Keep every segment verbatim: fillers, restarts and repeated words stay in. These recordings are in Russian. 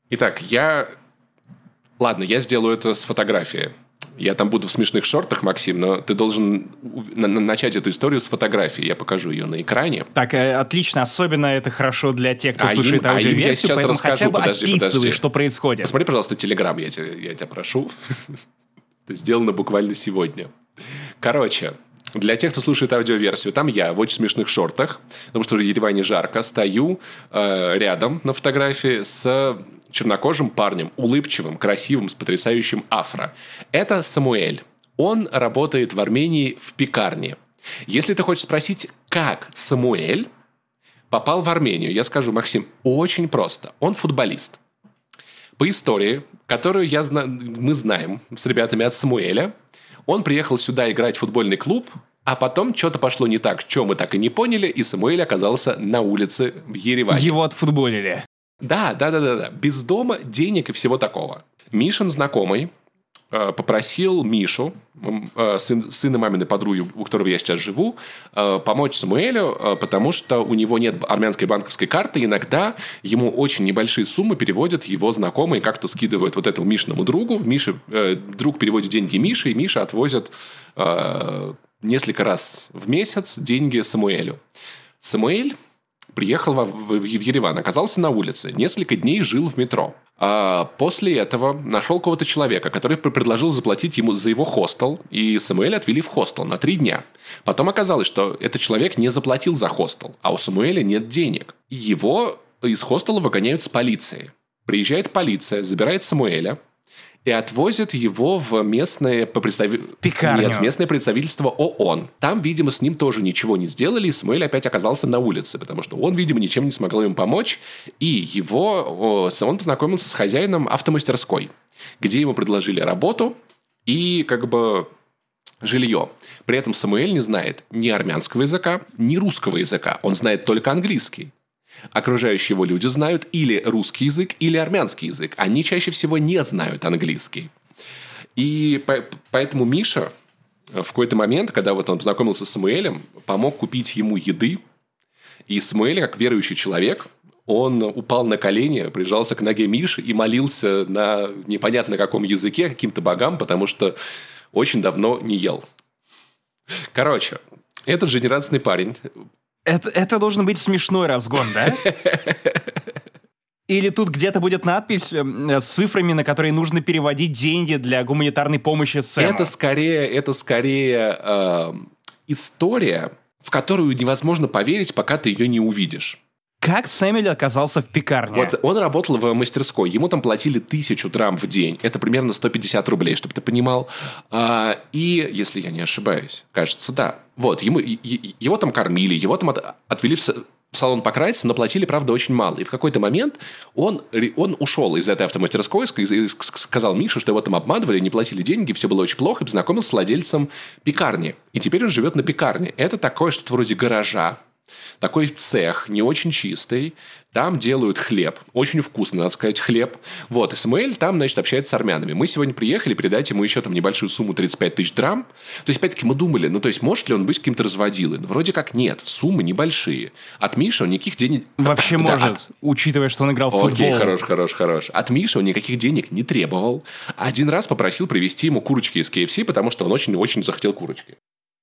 Итак, я... Ладно, я сделаю это с фотографией. Я там буду в смешных шортах, Максим, но ты должен на- на- начать эту историю с фотографии. Я покажу ее на экране. Так, э, отлично. Особенно это хорошо для тех, кто А слушает им- а им я аудиоверсию, сейчас поэтому расскажу. хотя бы Подожди, описывай, подожди. что происходит. Посмотри, пожалуйста, Телеграм, я тебя, я тебя прошу. Это сделано буквально сегодня. Короче, для тех, кто слушает аудиоверсию, там я в очень смешных шортах, потому что в Ереване жарко, стою э, рядом на фотографии с чернокожим парнем, улыбчивым, красивым, с потрясающим афро. Это Самуэль. Он работает в Армении в пекарне. Если ты хочешь спросить, как Самуэль попал в Армению, я скажу, Максим, очень просто. Он футболист. По истории, которую я зна... мы знаем с ребятами от Самуэля, он приехал сюда играть в футбольный клуб, а потом что-то пошло не так, что мы так и не поняли, и Самуэль оказался на улице в Ереване. Его отфутболили. Да, да, да, да, да. Без дома, денег и всего такого. Мишин знакомый э, попросил Мишу, э, сын, сына маминой подруги, у которого я сейчас живу, э, помочь Самуэлю, э, потому что у него нет армянской банковской карты. Иногда ему очень небольшие суммы переводят его знакомые, как-то скидывают вот этому Мишиному другу. Миша, э, друг переводит деньги Мише, и Миша отвозит э, несколько раз в месяц деньги Самуэлю. Самуэль приехал в, в, в Ереван, оказался на улице, несколько дней жил в метро. А после этого нашел кого-то человека, который предложил заплатить ему за его хостел, и Самуэля отвели в хостел на три дня. Потом оказалось, что этот человек не заплатил за хостел, а у Самуэля нет денег. И его из хостела выгоняют с полицией. Приезжает полиция, забирает Самуэля и отвозят его в местное, по представ... Нет, в местное представительство ООН. Там, видимо, с ним тоже ничего не сделали, и Самуэль опять оказался на улице, потому что он, видимо, ничем не смогл ему помочь, и его... он познакомился с хозяином автомастерской, где ему предложили работу и как бы жилье. При этом Самуэль не знает ни армянского языка, ни русского языка. Он знает только английский. Окружающие его люди знают или русский язык, или армянский язык. Они чаще всего не знают английский. И по- поэтому Миша в какой-то момент, когда вот он познакомился с Самуэлем, помог купить ему еды. И Самуэль, как верующий человек, он упал на колени, прижался к ноге Миши и молился на непонятно каком языке каким-то богам, потому что очень давно не ел. Короче, этот жизнерадостный парень... Это, это должен быть смешной разгон, да? Или тут где-то будет надпись э, с цифрами, на которые нужно переводить деньги для гуманитарной помощи Сэму? Это скорее, это скорее э, история, в которую невозможно поверить, пока ты ее не увидишь. Как Сэмюэль оказался в пекарне? Вот он работал в мастерской, ему там платили тысячу драм в день. Это примерно сто пятьдесят рублей, чтобы ты понимал. А, и, если я не ошибаюсь, кажется, да. Вот, ему, его там кормили, его там от, отвели в салон покраситься, но платили, правда, очень мало. И в какой-то момент он, он ушел из этой автомастерской и сказал Мише, что его там обманывали, не платили деньги, все было очень плохо, и познакомился с владельцем пекарни. И теперь он живет на пекарне. Это такое что-то вроде гаража. Такой цех, не очень чистый. Там делают хлеб. Очень вкусный, надо сказать, хлеб. Вот, и Самуэль там, значит, общается с армянами. Мы сегодня приехали передать ему еще там небольшую сумму тридцать пять тысяч драм. То есть, опять-таки, мы думали, ну, то есть, может ли он быть каким-то разводилой? Ну, вроде как нет. Суммы небольшие. От Миши он никаких денег... Вообще да, может, от... учитывая, что он играл в футбол. Окей, хорош, хорош, хорош. От Миши он никаких денег не требовал. Один раз попросил привезти ему курочки из кей эф си, потому что он очень-очень захотел курочки.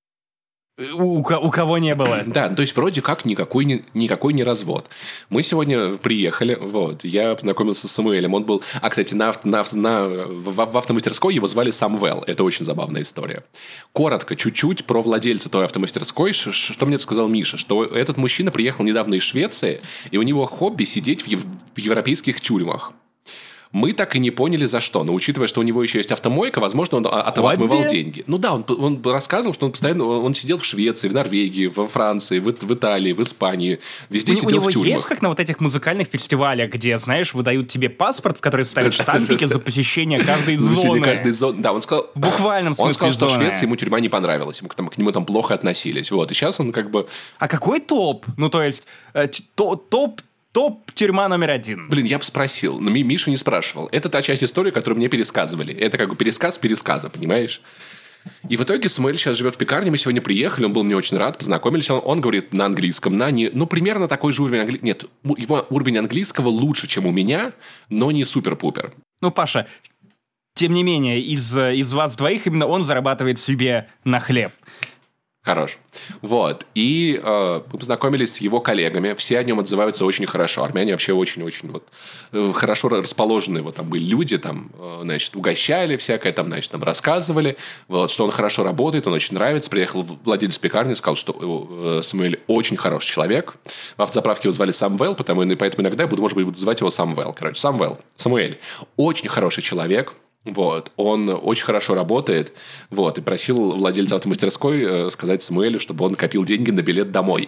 У, у кого не было. Да, то есть вроде как никакой не, никакой не развод. Мы сегодня приехали, вот, я познакомился с Самуэлем, он был... А, кстати, на, на, на, в, в автомастерской его звали Самвел, это очень забавная история. Коротко, чуть-чуть про владельца той автомастерской, что мне сказал Миша, что этот мужчина приехал недавно из Швеции, и у него хобби сидеть в, ев, в европейских тюрьмах. Мы так и не поняли, за что. Но учитывая, что у него еще есть автомойка, возможно, он отмывал деньги. Ну да, он, он рассказывал, что он постоянно он сидел в Швеции, в Норвегии, во Франции, в, в Италии, в Испании. Везде у, сидел у него в тюрьмах. Есть, как на вот этих музыкальных фестивалях, где, знаешь, выдают тебе паспорт, в который ставят штампики за посещение каждой зоны. каждой зоны. Да, он сказал... В буквальном смысле Он сказал, что в зоны. Швеции ему тюрьма не понравилась. Ему, к нему там плохо относились. Вот. И сейчас он как бы... А какой топ? Ну, то есть, э, топ... Топ-тюрьма номер один. Блин, я бы спросил, но Миша не спрашивал. Это та часть истории, которую мне пересказывали. Это как бы пересказ пересказа, понимаешь? И в итоге Самуэль сейчас живет в пекарне, мы сегодня приехали, он был мне очень рад, познакомились, он, он говорит на английском, на не, ну, примерно такой же уровень английского. Нет, его уровень английского лучше, чем у меня, но не супер-пупер. Ну, Паша, тем не менее, из, из вас двоих именно он зарабатывает себе на хлеб. Хорош. Вот. И э, мы познакомились с его коллегами. Все о нем отзываются очень хорошо. Армяне вообще очень-очень вот, э, хорошо расположенные. Вот там были люди, там, э, значит, угощали всякое, там, значит, нам рассказывали, вот, что он хорошо работает, он очень нравится. Приехал владелец пекарни, сказал, что э, Самуэль очень хороший человек. В автозаправке его звали Самвел, потому, поэтому иногда я буду, может быть, буду звать его Самвел. Короче, Самвел. Самуэль. Очень хороший человек. Вот, он очень хорошо работает, вот, и просил владельца автомастерской э, сказать Самуэлю, чтобы он копил деньги на билет домой,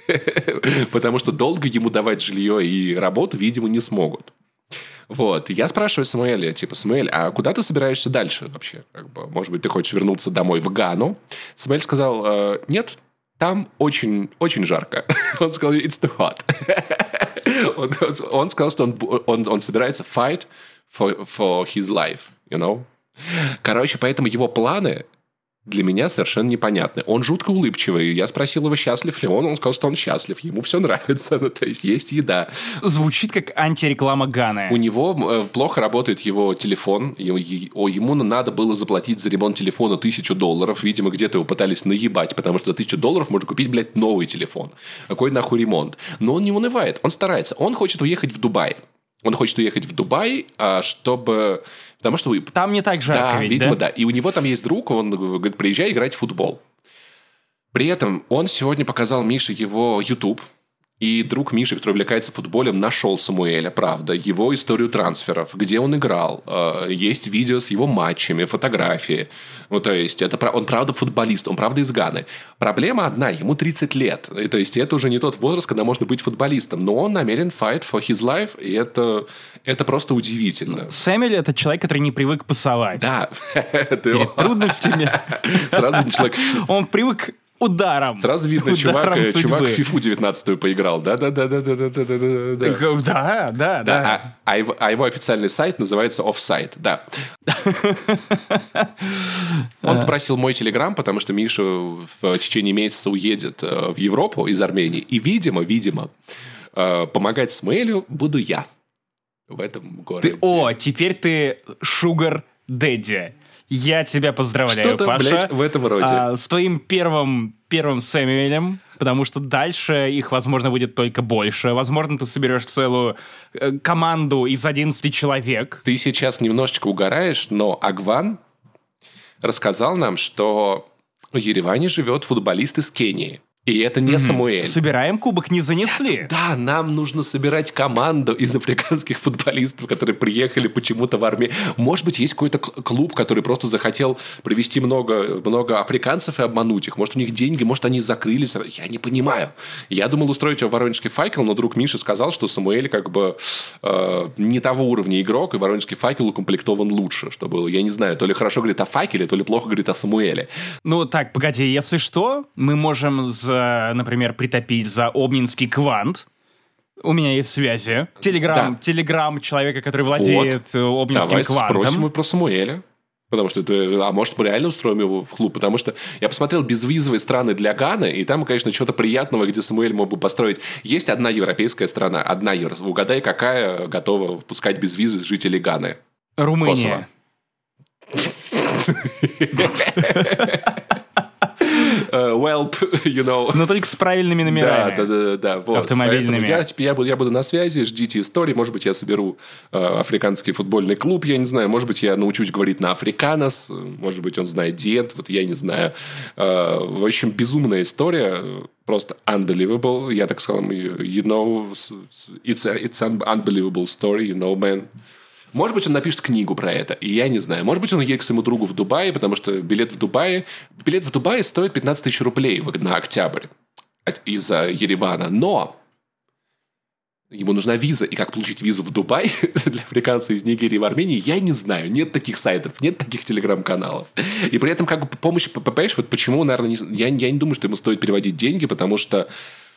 потому что долго ему давать жилье и работу, видимо, не смогут. Вот, я спрашиваю Самуэля, типа, Самуэль, а куда ты собираешься дальше вообще? Как бы, может быть, ты хочешь вернуться домой в Гану? Самуэль сказал, э, нет, там очень, очень жарко. Он сказал, it's too hot. он, он сказал, что он, он, он собирается fight for, for his life. You know? Короче, поэтому его планы для меня совершенно непонятны. Он жутко улыбчивый. Я спросил его, счастлив ли он. Он сказал, что он счастлив. Ему все нравится. Ну, то есть, есть еда. Звучит как антиреклама Ганы. У него э, плохо работает его телефон. Ему, ему надо было заплатить за ремонт телефона тысячу долларов. Видимо, где-то его пытались наебать, потому что за тысячу долларов можно купить, блядь, новый телефон. Какой нахуй ремонт? Но он не унывает. Он старается. Он хочет уехать в Дубай. Он хочет уехать в Дубай, чтобы... Потому что... Там не так жарко, да, ведь, видимо, да? да. И у него там есть друг, он говорит, приезжай играть в футбол. При этом он сегодня показал Мише его YouTube. И друг Миши, который увлекается футболом, нашел Самуэля, правда, его историю трансферов, где он играл. Есть видео с его матчами, фотографии. Ну, то есть, это, он правда футболист, он правда из Ганы. Проблема одна, ему тридцать лет. И, то есть, это уже не тот возраст, когда можно быть футболистом. Но он намерен fight for his life, и это, это просто удивительно. Сэмюэль – это человек, который не привык пасовать. Да. Перед трудностями. Сразу человек... Он привык... ударом. Сразу видно, чувак, чувак в фифу девятнадцатую поиграл. Да-да-да-да-да-да-да-да. Да, да, да. А, а, его, а его официальный сайт называется Offside. Да. Он попросил мой телеграм, потому что Миша в течение месяца уедет в Европу из Армении. И, видимо, видимо, помогать Самуэлю буду я в этом городе. Ты, о, теперь ты Sugar Daddy. Я тебя поздравляю, Что-то, Паша. блядь, в этом роде. А, с твоим первым, первым Сэмюэлем, потому что дальше их, возможно, будет только больше. Возможно, ты соберешь целую э, команду из одиннадцати человек. Ты сейчас немножечко угораешь, но Агван рассказал нам, что в Ереване живет футболист из Кении. И это не mm-hmm. Самуэль. Собираем кубок, не занесли. Нет, да, нам нужно собирать команду из африканских футболистов, которые приехали почему-то в Армению. Может быть, есть какой-то клуб, который просто захотел привести много, много африканцев и обмануть их. Может, у них деньги, может, они закрылись. Я не понимаю. Я думал устроить его в Воронежский факел, но друг Миша сказал, что Самуэль как бы э, не того уровня игрок, и Воронежский факел укомплектован лучше. Что было, я не знаю, то ли хорошо говорит о факеле, то ли плохо говорит о Самуэле. Ну, так, погоди, если что, мы можем... например, притопить за Обнинский квант. У меня есть связи. Телеграм, да. Телеграм человека, который владеет вот. Обнинским Давай квантом. Давай спросим его про Самуэля. Потому что это... А может, мы реально устроим его в клуб? Потому что я посмотрел безвизовые страны для Ганы, и там, конечно, чего-то приятного, где Самуэль мог бы построить. Есть одна европейская страна, одна евро. Угадай, какая готова впускать без визы жителей Ганы? Румыния. Uh, welp, you know. Но только с правильными номерами. Да, да, да, да. Вот. Автомобильными. Я, я, буду, я буду на связи, ждите истории. Может быть, я соберу э, африканский футбольный клуб, я не знаю. Может быть, я научусь говорить на африканос. Может быть, он знает диет, вот я не знаю. Э, в общем, безумная история. Просто unbelievable. Я так сказал, you know, it's, a, it's an unbelievable story, you know, man. Может быть, он напишет книгу про это, и я не знаю. Может быть, он едет к своему другу в Дубае, потому что билет в Дубае... Билет в Дубае стоит пятнадцать тысяч рублей на октябрь из-за Еревана. Но ему нужна виза. И как получить визу в Дубай для африканца из Нигерии в Армении, я не знаю. Нет таких сайтов, нет таких телеграм-каналов. И при этом как бы помощь, понимаешь, вот почему, наверное, не, я, я не думаю, что ему стоит переводить деньги, потому что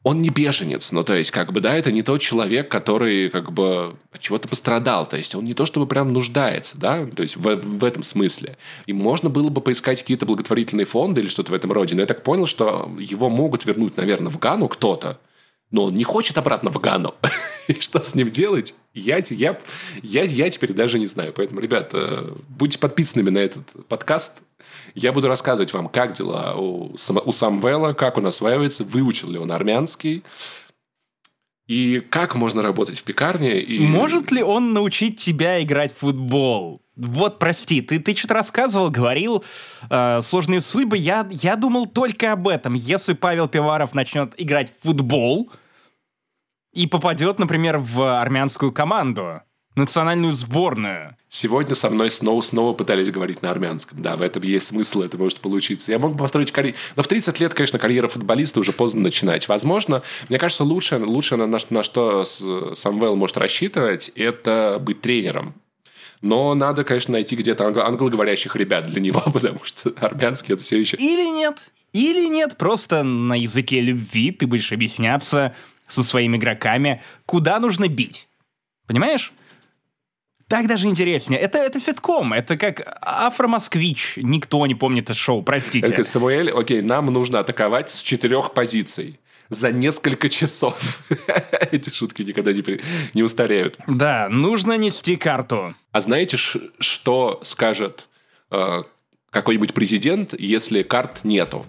он не беженец, ну, то есть, как бы, да, это не тот человек, который, как бы, от чего-то пострадал, то есть, он не то, чтобы прям нуждается, да, то есть, в, в этом смысле. И можно было бы поискать какие-то благотворительные фонды или что-то в этом роде, но я так понял, что его могут вернуть, наверное, в Гану кто-то, но он не хочет обратно в Гану. И что с ним делать, я, я, я, я теперь даже не знаю. Поэтому, ребят, будьте подписанными на этот подкаст. Я буду рассказывать вам, как дела у, у Самвела, как он осваивается, выучил ли он армянский, и как можно работать в пекарне. И... Может ли он научить тебя играть в футбол? Вот, прости, ты, ты что-то рассказывал, говорил, э, сложные судьбы. Я, я думал только об этом. Если Павел Пивоваров начнет играть в футбол и попадет, например, в армянскую команду, национальную сборную. Сегодня со мной снова-снова пытались говорить на армянском. Да, в этом есть смысл, это может получиться. Я мог бы построить карьеру... Но в тридцать лет, конечно, карьера футболиста уже поздно начинать. Возможно, мне кажется, лучше, лучше на, на что Самвел может рассчитывать, это быть тренером. Но надо, конечно, найти где-то англо- англоговорящих ребят для него, потому что армянский это все еще... Или нет. Или нет. Просто на языке любви ты будешь объясняться со своими игроками, куда нужно бить. Понимаешь? Так даже интереснее. Это, это ситком. Это как Афро-Москвич. Никто не помнит это шоу, простите. Это Самуэль, окей, нам нужно атаковать с четырех позиций. За несколько часов. Эти шутки никогда не, при... не устареют. Да, нужно нести карту. А знаете, ш- что скажет э, какой-нибудь президент, если карт нету?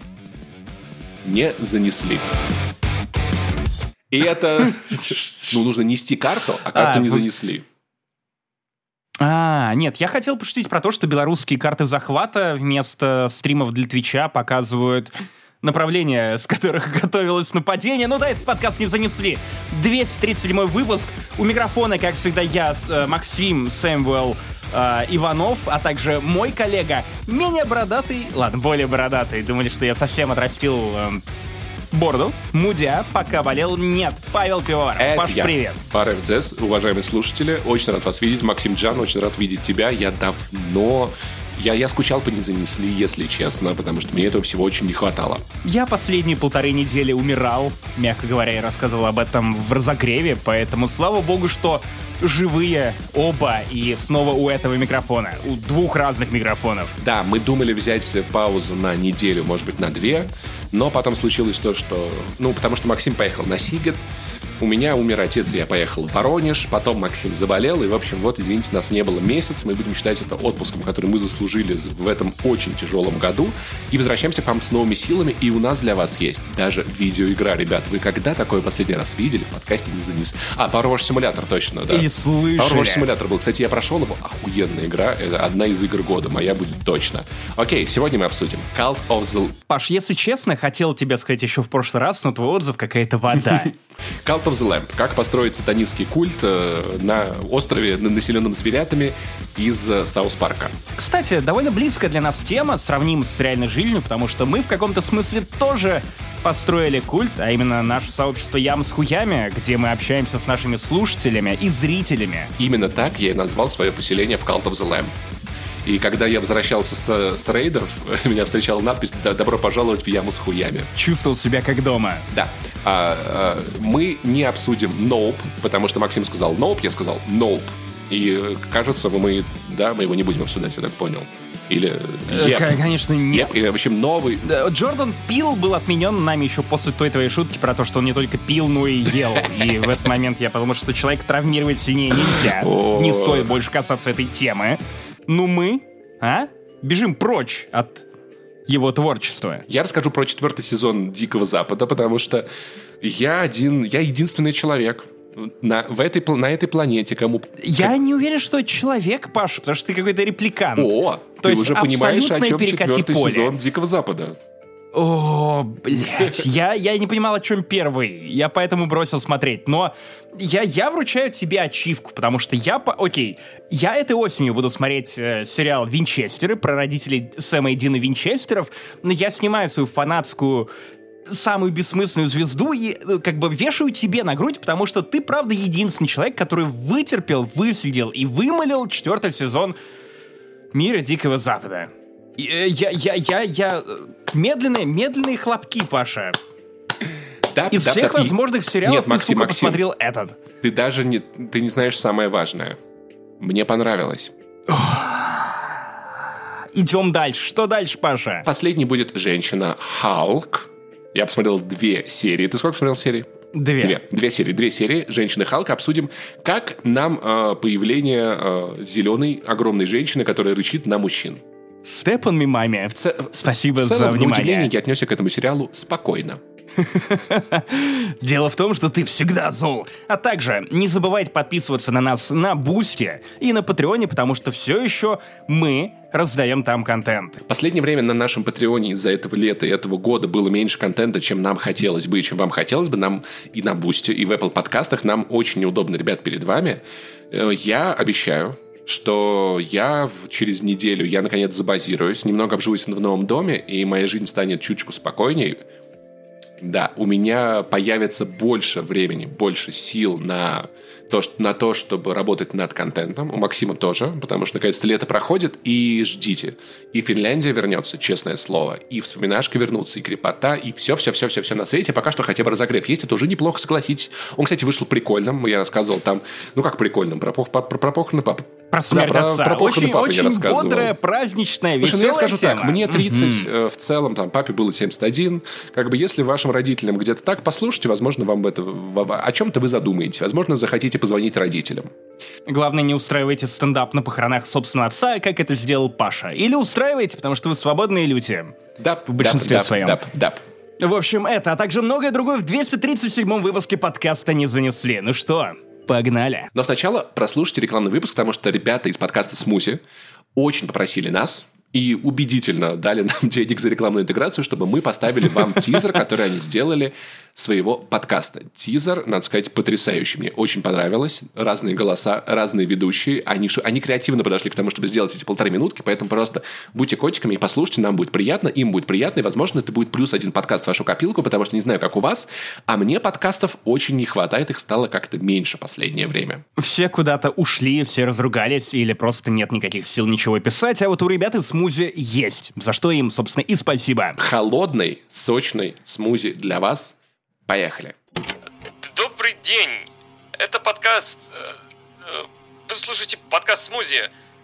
Не занесли. И это... Ну, нужно нести карту, а карту не занесли. А, нет, я хотел пошутить про то, что белорусские карты захвата вместо стримов для Твича показывают направление, с которых готовилось нападение. Ну да, этот подкаст не занесли. двести тридцать седьмой выпуск. У микрофона, как всегда, я, Максим Сэмюэл э, Иванов, а также мой коллега, менее бородатый, ладно, более бородатый. Думали, что я совсем отрастил э, бороду. Мудя, пока болел. Нет, Павел Пивоваров. Это Паш, я. привет. Пара эф дзэс, уважаемые слушатели, очень рад вас видеть. Максим Джан, очень рад видеть тебя. Я давно... Я, я скучал по «Не занесли», если честно, потому что мне этого всего очень не хватало. Я последние полторы недели умирал, мягко говоря, я рассказывал об этом в разогреве, поэтому слава богу, что живые оба и снова у этого микрофона, у двух разных микрофонов. Да, мы думали взять паузу на неделю, может быть, на две, но потом случилось то, что... Ну, потому что Максим поехал на Сигет, у меня умер отец, я поехал в Воронеж, потом Максим заболел, и, в общем, вот, извините, нас не было месяц, мы будем считать это отпуском, который мы заслужили в этом очень тяжелом году, и возвращаемся к вам с новыми силами, и у нас для вас есть даже видеоигра, ребят. Вы когда такое последний раз видели? В подкасте не занесли. А, Power Wash Simulator, точно, да. Или слышали. Power Wash Simulator был. Кстати, я прошел его, охуенная игра, это одна из игр года, моя будет точно. Окей, сегодня мы обсудим Cult of the... Паш, если честно, хотел тебе сказать еще в прошлый раз, но твой отзыв какая-то вода. Cult of the Lamb. Как построить сатанинский культ э, на острове, населенном зверятами из э, Саус-Парка. Кстати, довольно близкая для нас тема, сравним с реальной жизнью, потому что мы в каком-то смысле тоже построили культ, а именно наше сообщество Ям с хуями, где мы общаемся с нашими слушателями и зрителями. Именно так я и назвал свое поселение в Cult of the Lamb. И когда я возвращался с, с рейдов, меня встречала надпись «Добро пожаловать в яму с хуями». Чувствовал себя как дома. Да. А, а, мы не обсудим Nope, потому что Максим сказал Nope, я сказал Nope. И кажется, мы, да, мы его не будем обсуждать, я так понял. Или yep. Конечно, нет. Yep. Или, в общем, новый... Джордан Пил был отменен нами еще после той твоей шутки про то, что он не только пил, но и ел. И в этот момент я подумал, что человека травмировать сильнее нельзя. Не стоит больше касаться этой темы. Ну мы, а? Бежим прочь от его творчества. Я расскажу про четвертый сезон «Дикого Запада», потому что я один, я единственный человек на, в этой, на этой планете, кому... Я как... не уверен, что это человек, Паша, потому что ты какой-то репликант. О, То ты уже понимаешь, о чем четвертый поле. сезон «Дикого Запада». О, блядь, я, я не понимал, о чем первый. Я поэтому бросил смотреть. Но я, я вручаю тебе ачивку, потому что я... По... Окей, я этой осенью буду смотреть э, сериал «Винчестеры» про родителей Сэма и Дины Винчестеров. Но я снимаю свою фанатскую, самую бессмысленную звезду и как бы вешаю тебе на грудь, потому что ты, правда, единственный человек, который вытерпел, высидел и вымолил четвертый сезон «Мира Дикого Запада». Я, я, я, я... Медленные, медленные хлопки, Паша. Да, Из да, всех да, и- возможных сериалов Нет, ты, Максим, сука, Максим. посмотрел этот. Ты даже не, ты не знаешь самое важное. Мне понравилось. Идем дальше. Что дальше, Паша? Последний будет «Женщина Халк». Я посмотрел две серии. Ты сколько посмотрел серий? Две. Две. Две серии. Две серии «Женщины Халка». Обсудим, как нам э, появление э, зеленой огромной женщины, которая рычит на мужчин. Step on me, маме. В ц- Спасибо в целом, за на внимание. удивление, я отнесся к этому сериалу спокойно. Дело в том, что ты всегда зол. А также не забывайте подписываться на нас на Бусти и на Патреоне, потому что все еще мы раздаем там контент. В последнее время на нашем Патреоне из-за этого лета и этого года было меньше контента, чем нам хотелось бы, и чем вам хотелось бы. Нам и на Бусти, и в Apple подкастах нам очень неудобно, ребят, перед вами. Э, Я обещаю, что я в- через неделю, я наконец забазируюсь, немного обживусь в новом доме, и моя жизнь станет чуточку спокойней. Да, у меня появится больше времени, больше сил на то, что- на то, чтобы работать над контентом. У Максима тоже, потому что наконец-то лето проходит, и ждите. И Финляндия вернется, честное слово, и вспоминашки вернутся, и крепота, и все-все-все-все-все на свете. Пока что хотя бы разогрев есть, это уже неплохо, согласитесь. Он, кстати, вышел прикольным, я рассказывал там, ну как прикольным, про, пох- про, про похороны папы. Про смерть Да, про- отца. про похороны очень папы я очень рассказывал. бодрая, праздничная, Слушай, ну веселая я скажу тема. так, мне тридцать, Мгм. э, в целом, там, папе было семьдесят один. Как бы, если вашим родителям где-то так, послушайте, возможно, вам это, в- о чем-то вы задумаетесь. Возможно, захотите позвонить родителям. Главное, не устраивайте стендап на похоронах собственного отца, как это сделал Паша. Или устраивайте, потому что вы свободные люди. Да, В большинстве своем. Да, да. В общем, это, а также многое другое в двести тридцать седьмом выпуске подкаста не занесли. Ну что, погнали. Но сначала прослушайте рекламный выпуск, потому что ребята из подкаста «Смузи» очень попросили нас и убедительно дали нам денег за рекламную интеграцию, чтобы мы поставили вам тизер, который они сделали своего подкаста. Тизер, надо сказать, потрясающий. Мне очень понравилось. Разные голоса, разные ведущие. Они, шу- они креативно подошли к тому, чтобы сделать эти полторы минутки, поэтому просто будьте котиками и послушайте, нам будет приятно, им будет приятно, и, возможно, это будет плюс один подкаст в вашу копилку, потому что не знаю, как у вас, а мне подкастов очень не хватает, их стало как-то меньше в последнее время. Все куда-то ушли, все разругались, или просто нет никаких сил ничего писать, а вот у ребят из смузи есть, за что им, собственно, и спасибо. Холодный, сочный смузи для вас. Поехали. Добрый день. Это подкаст... э, э, Вы слушаете подкаст «Смузи».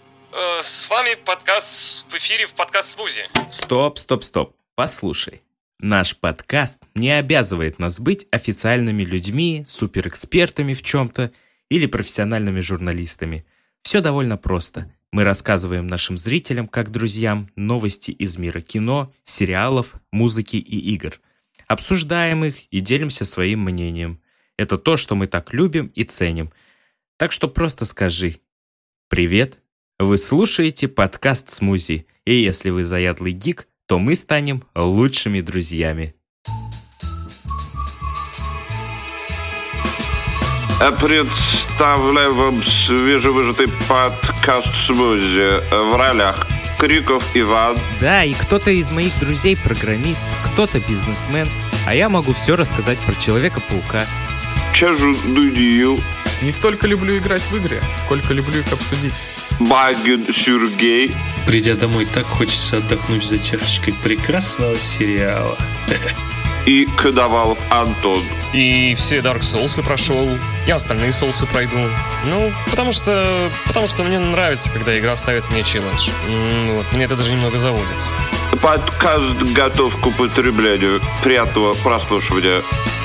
Э, С вами подкаст в эфире в подкаст «Смузи». Стоп, стоп, стоп. Послушай. Наш подкаст не обязывает нас быть официальными людьми, суперэкспертами в чем-то или профессиональными журналистами. Все довольно просто. Мы рассказываем нашим зрителям, как друзьям, новости из мира кино, сериалов, музыки и игр. Обсуждаем их и делимся своим мнением. Это то, что мы так любим и ценим. Так что просто скажи «Привет». Вы слушаете подкаст «Смузи», и если вы заядлый гик, то мы станем лучшими друзьями. Представляю вам свежевыжатый подкаст «Смузи» в ролях Криков Иван, Да, и кто-то из моих друзей программист, кто-то бизнесмен, а я могу все рассказать про Человека-паука. Чажудный Нил, Не столько люблю играть в игры, сколько люблю их обсудить. Багин Сергей, Придя домой, так хочется отдохнуть за чашечкой прекрасного сериала. и Коновалов Антон. И все Dark Souls прошел, и остальные соусы пройду. Ну, потому что... Потому что мне нравится, когда игра ставит мне челлендж. М, Вот, мне это даже немного заводит. Подкаст готов к употреблению. Приятного прослушивания.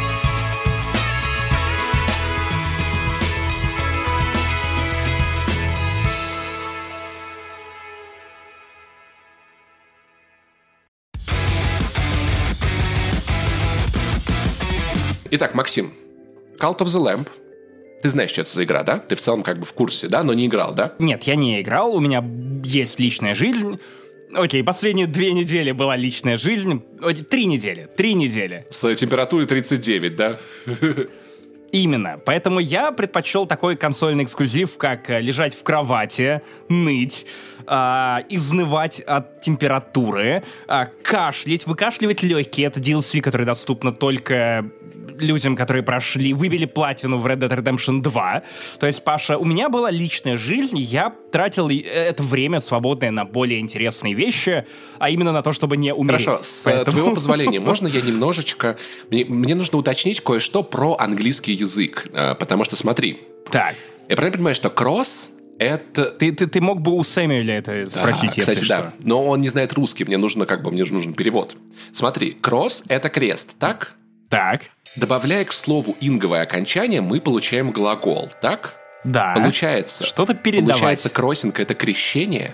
Итак, Максим, Cult of the Lamb. Ты знаешь, что это за игра, да? Ты в целом как бы в курсе, да? Но не играл, да? Нет, я не играл, у меня есть личная жизнь. Окей, последние две недели была личная жизнь. Ой, Три недели, три недели. С температурой тридцать девять, да? Именно. Поэтому я предпочел такой консольный эксклюзив, как э, лежать в кровати, ныть, а, изнывать от температуры, а, кашлять, выкашливать легкие. Это ди эл си, которое доступно только людям, которые прошли, выбили платину в Red Dead Redemption два. То есть, Паша, у меня была личная жизнь, я тратил это время свободное на более интересные вещи, а именно на то, чтобы не умереть. Хорошо, с Поэтому... твоего позволения, можно я немножечко... Мне, мне нужно уточнить кое-что про английский язык, потому что, смотри, Так. я правильно понимаю, что кросс — это... Ты, ты, ты мог бы у Сэмюэля это спросить, да, кстати, если да. что. Но он не знает русский, мне нужно как бы, мне же нужен перевод. Смотри, кросс — это крест, так? Так. Добавляя к слову инговое окончание, мы получаем глагол, так? Да. Получается... Что-то передавать. Получается, кроссинг — это крещение.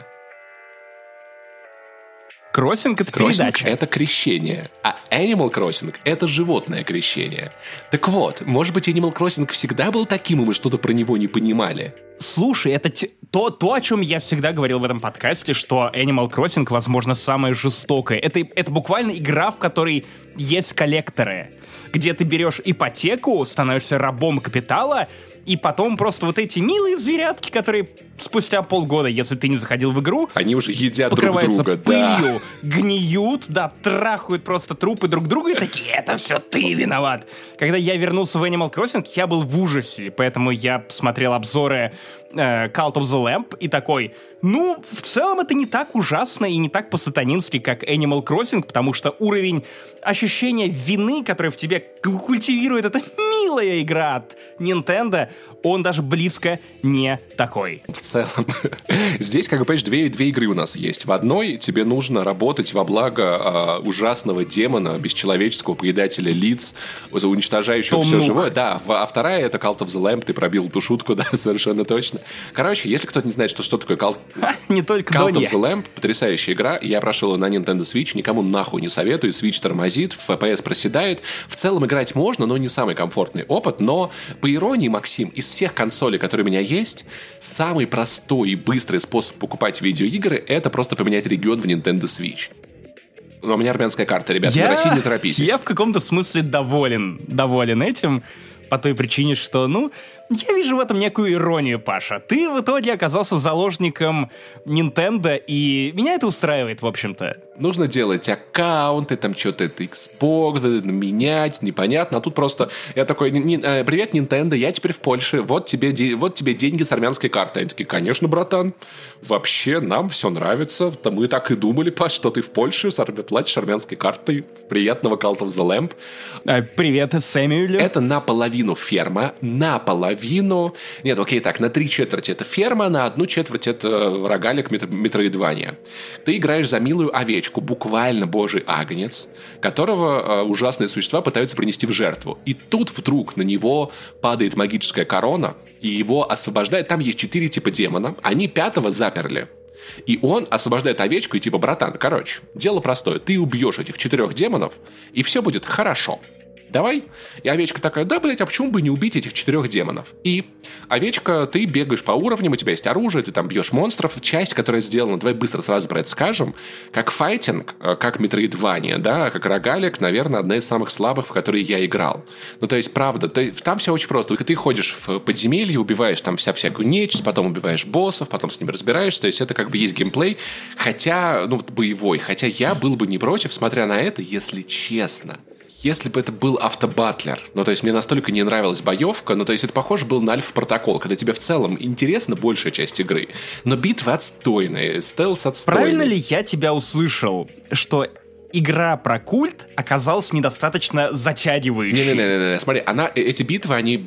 Кроссинг — это Кроссинг — передача. это крещение, а Animal Crossing — это животное крещение. Так вот, может быть, Animal Crossing всегда был таким, и мы что-то про него не понимали? Слушай, это те- то, то, о чем я всегда говорил в этом подкасте, что Animal Crossing, возможно, самое жестокое. Это, это буквально игра, в которой есть коллекторы, где ты берешь ипотеку, становишься рабом капитала, и потом просто вот эти милые зверятки, которые спустя полгода, если ты не заходил в игру, Они уже едят друг покрываются друга, да. пылью, гниют, да, трахают просто трупы друг друга и такие, это все ты виноват. Когда я вернулся в Animal Crossing, я был в ужасе, поэтому я смотрел обзоры э, Cult of the Lamp и такой, ну, в целом это не так ужасно и не так по-сатанински, как Animal Crossing, потому что уровень ощущения вины, который в тебе культивирует эта милая игра от Nintendo, он даже близко не такой. В целом, здесь, как бы, понимаешь, две, две игры у нас есть. В одной тебе нужно работать во благо э, ужасного демона, бесчеловеческого поедателя лиц, уничтожающего Том все Нук. живое. Да, а вторая — это Cult of the Lamp, ты пробил эту шутку, да, совершенно точно. Короче, если кто-то не знает, что, что такое Cult, Ха, не только Cult Донья. of the Lamp, потрясающая игра, я прошел ее на Nintendo Switch, никому нахуй не советую, Switch тормозит, эф пи эс проседает. В целом играть можно, но не самый комфортный опыт, но по иронии, Максим, из всех консолей, которые у меня есть, самый простой и быстрый способ покупать видеоигры — это просто поменять регион в Nintendo Switch. Но у меня армянская карта, ребята, из России не торопитесь. Я в каком-то смысле доволен, доволен этим, по той причине, что, ну, я вижу в этом некую иронию, Паша. Ты в итоге оказался заложником Nintendo, и меня это устраивает, в общем-то. Нужно делать аккаунты, там что-то это Xbox, менять, непонятно. А тут просто я такой, привет, Nintendo, я теперь в Польше, вот тебе, де- вот тебе деньги с армянской карты. Они такие, конечно, братан, вообще нам все нравится. Да мы так и думали, Паш, что ты в Польше, платишь армянской картой, приятного Cult of the Lamp. А, привет, Сэмюэлю. Это наполовину ферма, наполовину... Нет, окей, так, на три четверти это ферма, на одну четверть это рогалик метро- метроидвания. Ты играешь за милую овечку, буквально божий агнец, которого э, ужасные существа пытаются принести в жертву. И тут вдруг на него падает магическая корона, и его освобождает. Там есть четыре типа демона, они пятого заперли. И он освобождает овечку и типа, братан, короче, дело простое. Ты убьешь этих четырех демонов, и все будет хорошо. Давай. И овечка такая, да, блядь, а почему бы не убить этих четырех демонов? И овечка, ты бегаешь по уровням, у тебя есть оружие, ты там бьешь монстров. Часть, которая сделана, давай быстро сразу про это скажем, как файтинг, как метроидвания, да, как рогалик, наверное, одна из самых слабых, в которые я играл. Ну, то есть, правда, ты, там все очень просто. Ты ходишь в подземелье, убиваешь там вся всякую нечисть, потом убиваешь боссов, потом с ними разбираешься. То есть, это как бы есть геймплей, хотя, ну, боевой. Хотя я был бы не против, смотря на это, если честно. Если бы это был автобатлер, ну, то есть мне настолько не нравилась боевка, ну, то есть это похоже было на Альфа-протокол, когда тебе в целом интересна большая часть игры, но битвы отстойные, стелс отстойный. Правильно ли я тебя услышал, что игра про культ оказалась недостаточно затягивающей? Не-не-не, смотри, она, эти битвы, они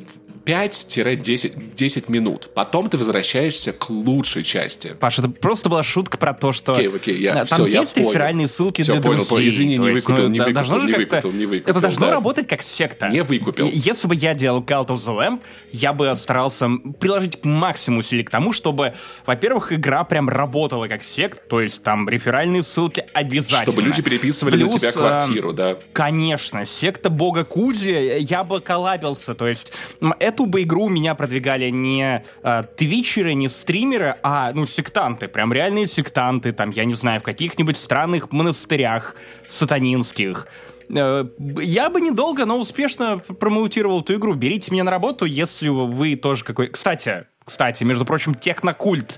пять-десять минут. Потом ты возвращаешься к лучшей части. Паша, это просто была шутка про то, что окей, окей, я, там все, есть я реферальные ссылки все, для понял, друзей. понял. Извини, не есть, выкупил, ну, не да, выкупил, должно же не как-то- выкупил, не выкупил. Это должно да. работать как секта. Не выкупил. И если бы я делал Cult of the Lamp, я бы старался приложить максимум усилий к тому, чтобы, во-первых, игра прям работала как секта, то есть там реферальные ссылки обязательно. Чтобы люди переписывали Плюс, на тебя э, квартиру, да. Конечно, секта бога Куди, я бы коллабился, то есть м, эту бы игру у меня продвигали не э, твичеры, не стримеры, а, ну, сектанты, прям реальные сектанты, там, я не знаю, в каких-нибудь странных монастырях сатанинских. Э, я бы недолго, но успешно промоутировал эту игру. Берите меня на работу, если вы тоже какой... Кстати, кстати, между прочим, технокульт.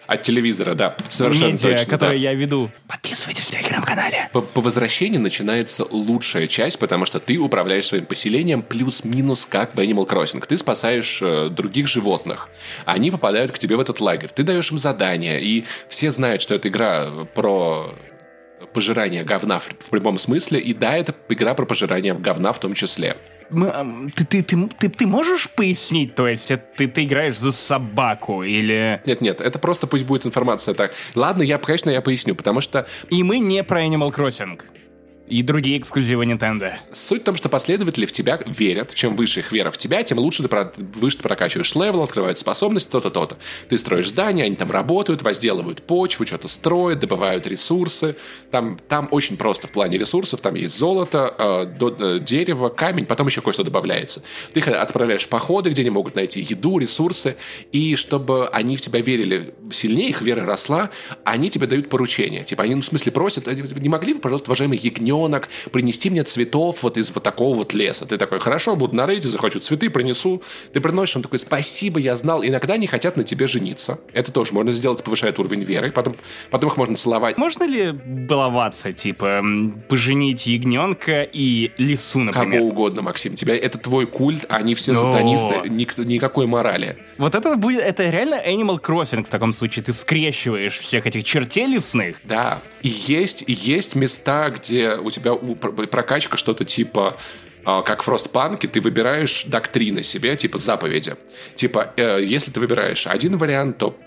От телевизора, да, совершенно медиа, точно. которое да. я веду. Подписывайтесь в телеграм-канале. По, по возвращении начинается лучшая часть, потому что ты управляешь своим поселением плюс-минус как в Animal Crossing. Ты спасаешь э, других животных. Они попадают к тебе в этот лагерь. Ты даешь им задания, и все знают, что это игра про пожирание говна в, в прямом смысле. И да, это игра про пожирание говна в том числе. Мы, ты, ты, ты, ты, ты можешь пояснить, то есть это, ты, ты играешь за собаку или... Нет-нет, это просто пусть будет информация так. Ладно, я, конечно, я поясню, потому что... И мы не про Animal Crossing. И другие эксклюзивы Nintendo. Суть в том, что последователи в тебя верят. Чем выше их вера в тебя, тем лучше ты, про... выше ты прокачиваешь левел, открывают способности, то-то, то-то. Ты строишь здания, они там работают, возделывают почву, что-то строят, добывают ресурсы. Там, там очень просто в плане ресурсов. Там есть золото, э, до, э, дерево, камень, потом еще кое-что добавляется. Ты их отправляешь в походы, где они могут найти еду, ресурсы. И чтобы они в тебя верили сильнее, их вера росла, они тебе дают поручения. Типа они, ну, в смысле, просят, не могли бы, пожалуйста, уважаемый ягненок, принести мне цветов вот из вот такого вот леса. Ты такой, хорошо, буду на рейде, захочу цветы, принесу. Ты приносишь, он такой, спасибо, я знал. Иногда они хотят на тебе жениться. Это тоже можно сделать, повышает уровень веры. Потом, потом их можно целовать. Можно ли баловаться, типа, поженить ягненка и лису, например? Кого угодно, Максим. Тебя, это твой культ, они все Но... сатанисты. Никто, никакой морали. Вот это будет, это реально Animal Crossing в таком случае. Ты скрещиваешь всех этих чертей лесных. Да. И есть, и есть места, где у тебя прокачка что-то типа... как в Frostpunk, ты выбираешь доктрины себе, типа заповеди. Типа, э, если ты выбираешь один вариант, то,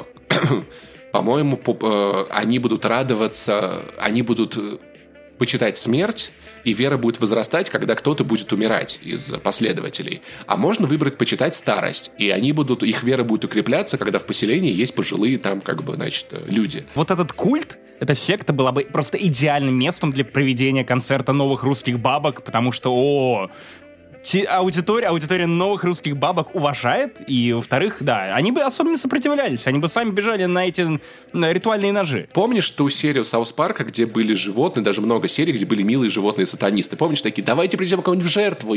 э, по-моему, э, они будут радоваться, они будут почитать смерть, и вера будет возрастать, когда кто-то будет умирать из последователей. А можно выбрать почитать старость, и они будут, их вера будет укрепляться, когда в поселении есть пожилые там, как бы, значит, люди. Вот этот культ, эта секта была бы просто идеальным местом для проведения концерта новых русских бабок, потому что, о, те, аудитория, аудитория новых русских бабок уважает, и, во-вторых, да, они бы особо не сопротивлялись, они бы сами бежали на эти на ритуальные ножи. Помнишь ту серию Саус Парка, где были животные, даже много серий, где были милые животные-сатанисты? Помнишь такие, давайте придем кого-нибудь в жертву,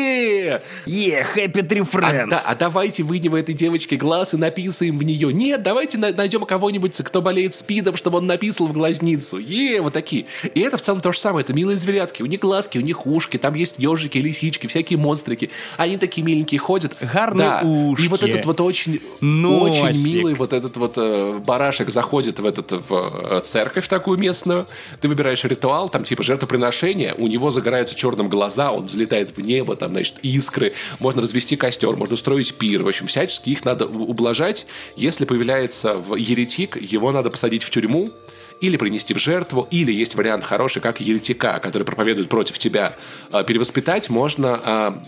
е Е, happy tree friends. А, да, а давайте вынем этой девочке глаз и написаем в нее. Нет, давайте на- найдем кого-нибудь, кто болеет спидом, чтобы он написал в глазницу. Е, вот такие. И это в целом то же самое, это милые зверятки, у них глазки, у них ушки, там есть ежики, лисички, всякие монстрики. Они такие миленькие ходят. Гарные да. ушки. И вот этот вот очень, Носик. очень милый вот этот вот э, барашек заходит в, этот, в э, церковь такую местную. Ты выбираешь ритуал, там типа жертвоприношение, у него загораются черным глаза, он взлетает в небо, там, значит, искры. Можно развести костер, можно устроить пир. В общем, всячески их надо ублажать. Если появляется в еретик, его надо посадить в тюрьму, или принести в жертву, или есть вариант хороший, как еретика, который проповедует против тебя. Перевоспитать можно,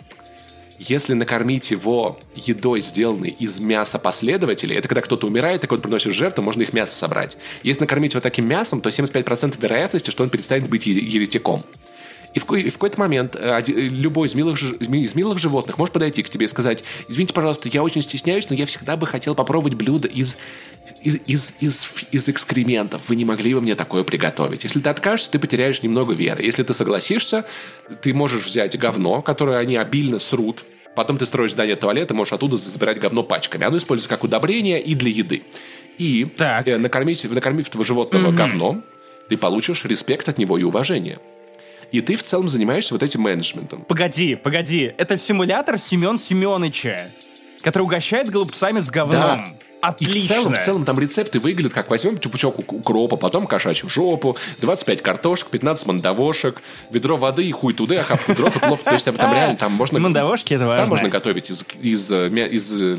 если накормить его едой, сделанной из мяса последователей. Это когда кто-то умирает, так вот приносишь жертву, можно их мясо собрать. Если накормить его таким мясом, то семьдесят пять процентов вероятности, что он перестанет быть еретиком. И в, и в какой-то момент один, любой из милых, из милых животных может подойти к тебе и сказать: извините, пожалуйста, я очень стесняюсь, но я всегда бы хотел попробовать блюдо из, из, из, из, из экскрементов. Вы не могли бы мне такое приготовить? Если ты откажешься, ты потеряешь немного веры. Если ты согласишься, ты можешь взять говно, которое они обильно срут. Потом ты строишь здание туалета, можешь оттуда забирать говно пачками. Оно используется как удобрение и для еды. И так. накормить, накормив этого животного mm-hmm. говном, ты получишь респект от него и уважение. И ты в целом занимаешься вот этим менеджментом. Погоди, погоди. Это симулятор Семен Семеныча, который угощает голубцами с говном. Да. Отлично. И в целом, в целом там рецепты выглядят как: возьмем пучок укропа, потом кошачью жопу, двадцать пять картошек, пятнадцать мандавошек, ведро воды и хуй туда, охапку дров и плов. То есть там, там реально там можно... Мандавошки — это важно. Там можно готовить из, из, из, из,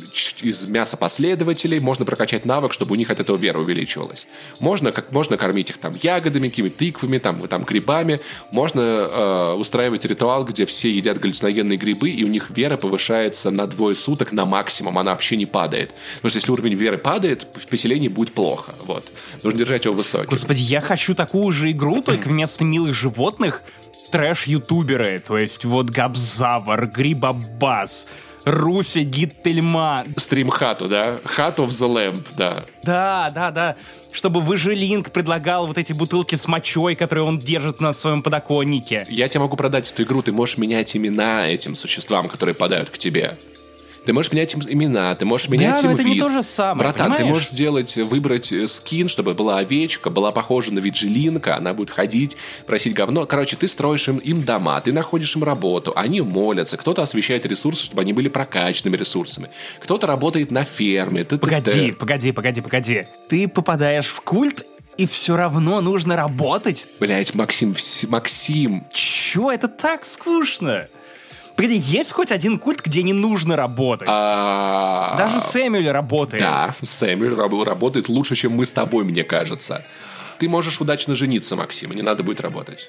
из мяса последователей, можно прокачать навык, чтобы у них от этого вера увеличивалась. Можно, как, можно кормить их там ягодами, какими-то тыквами, там, там, грибами. Можно э, устраивать ритуал, где все едят галлюциногенные грибы, и у них вера повышается на двое суток на максимум, она вообще не падает. Потому что если уровень веры падает, в поселении будет плохо. Вот. Нужно держать его высоким. Господи, я хочу такую же игру, только вместо милых животных трэш-ютуберы. То есть вот Габзавр, Грибобас, Руся Гиттельман. Стримхату, да? Hat of the Lamp, да. Да, да, да. Чтобы Выжилинг предлагал вот эти бутылки с мочой, которые он держит на своем подоконнике. Я тебе могу продать эту игру, ты можешь менять имена этим существам, которые падают к тебе. Ты можешь менять им имена, ты можешь менять да, им но это вид. не то же самое, Братан, понимаешь? ты можешь сделать, выбрать скин, чтобы была овечка, была похожа на Виджилинка, она будет ходить, просить говно. Короче, ты строишь им, им дома, ты находишь им работу, они молятся, кто-то освещает ресурсы, чтобы они были прокачанными ресурсами, кто-то работает на ферме. Ты, Погоди, ты, ты. погоди, погоди, погоди. Ты попадаешь в культ, и все равно нужно работать? Блять, Максим, вс- Максим. Чё, это так скучно? Погоди, есть хоть один культ, где не нужно работать? А... Даже Сэмюэль работает. Да, Сэмюэль раб- работает лучше, чем мы с тобой, мне кажется. Ты можешь удачно жениться, Максим, и не надо будет работать.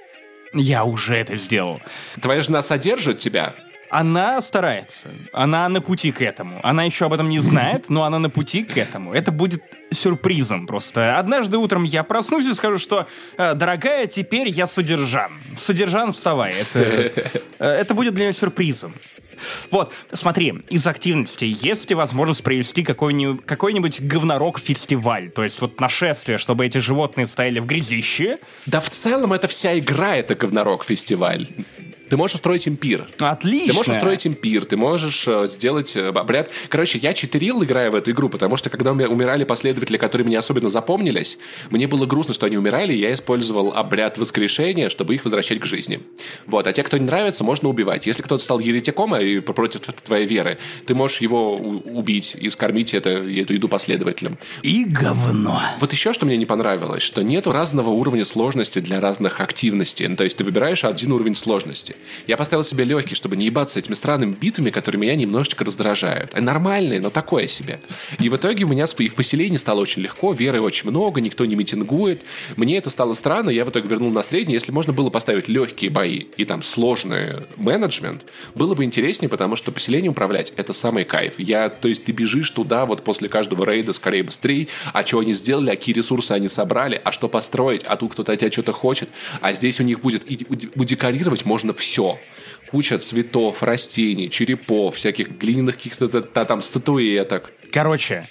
Я уже это сделал. Твоя жена содержит тебя? Она старается. Она на пути к этому. Она еще об этом не знает, но она на пути к этому. Это будет сюрпризом просто. Однажды утром я проснусь и скажу, что «Дорогая, теперь я содержан». Содержан, вставай. Это, это будет для нее сюрпризом. Вот, смотри, из активностей есть ли возможность провести какой-нибудь, какой-нибудь говнорок-фестиваль? То есть вот нашествие, чтобы эти животные стояли в грязище? Да в целом это вся игра, это говнорок-фестиваль. Ты можешь устроить им пир. Отлично. Ты можешь устроить им пир, ты можешь э, сделать э, обряд. Короче, я читерил, играя в эту игру, потому что когда уми- умирали последователи, которые мне особенно запомнились, мне было грустно, что они умирали, и я использовал обряд воскрешения, чтобы их возвращать к жизни. Вот. А те, кто не нравится, можно убивать. Если кто-то стал еретиком и против твоей веры, ты можешь его у- убить и скормить это, эту еду последователям. И говно. Вот еще что мне не понравилось, что нету разного уровня сложности для разных активностей. Ну, то есть ты выбираешь один уровень сложности. Я поставил себе легкий, чтобы не ебаться этими странными битвами, которые меня немножечко раздражают. Они нормальные, но такое себе. И в итоге у меня и в поселении стало очень легко, веры очень много, никто не митингует. Мне это стало странно, я в итоге вернул на среднее. Если можно было поставить легкие бои и там сложный менеджмент, было бы интереснее, потому что поселение управлять — это самый кайф. Я, то есть ты бежишь туда вот после каждого рейда скорее быстрее, а что они сделали, а какие ресурсы они собрали, а что построить, а тут кто-то от тебя что-то хочет, а здесь у них будет, и удекорировать можно все. Куча цветов, растений, черепов, всяких глиняных каких-то там статуэток. Короче,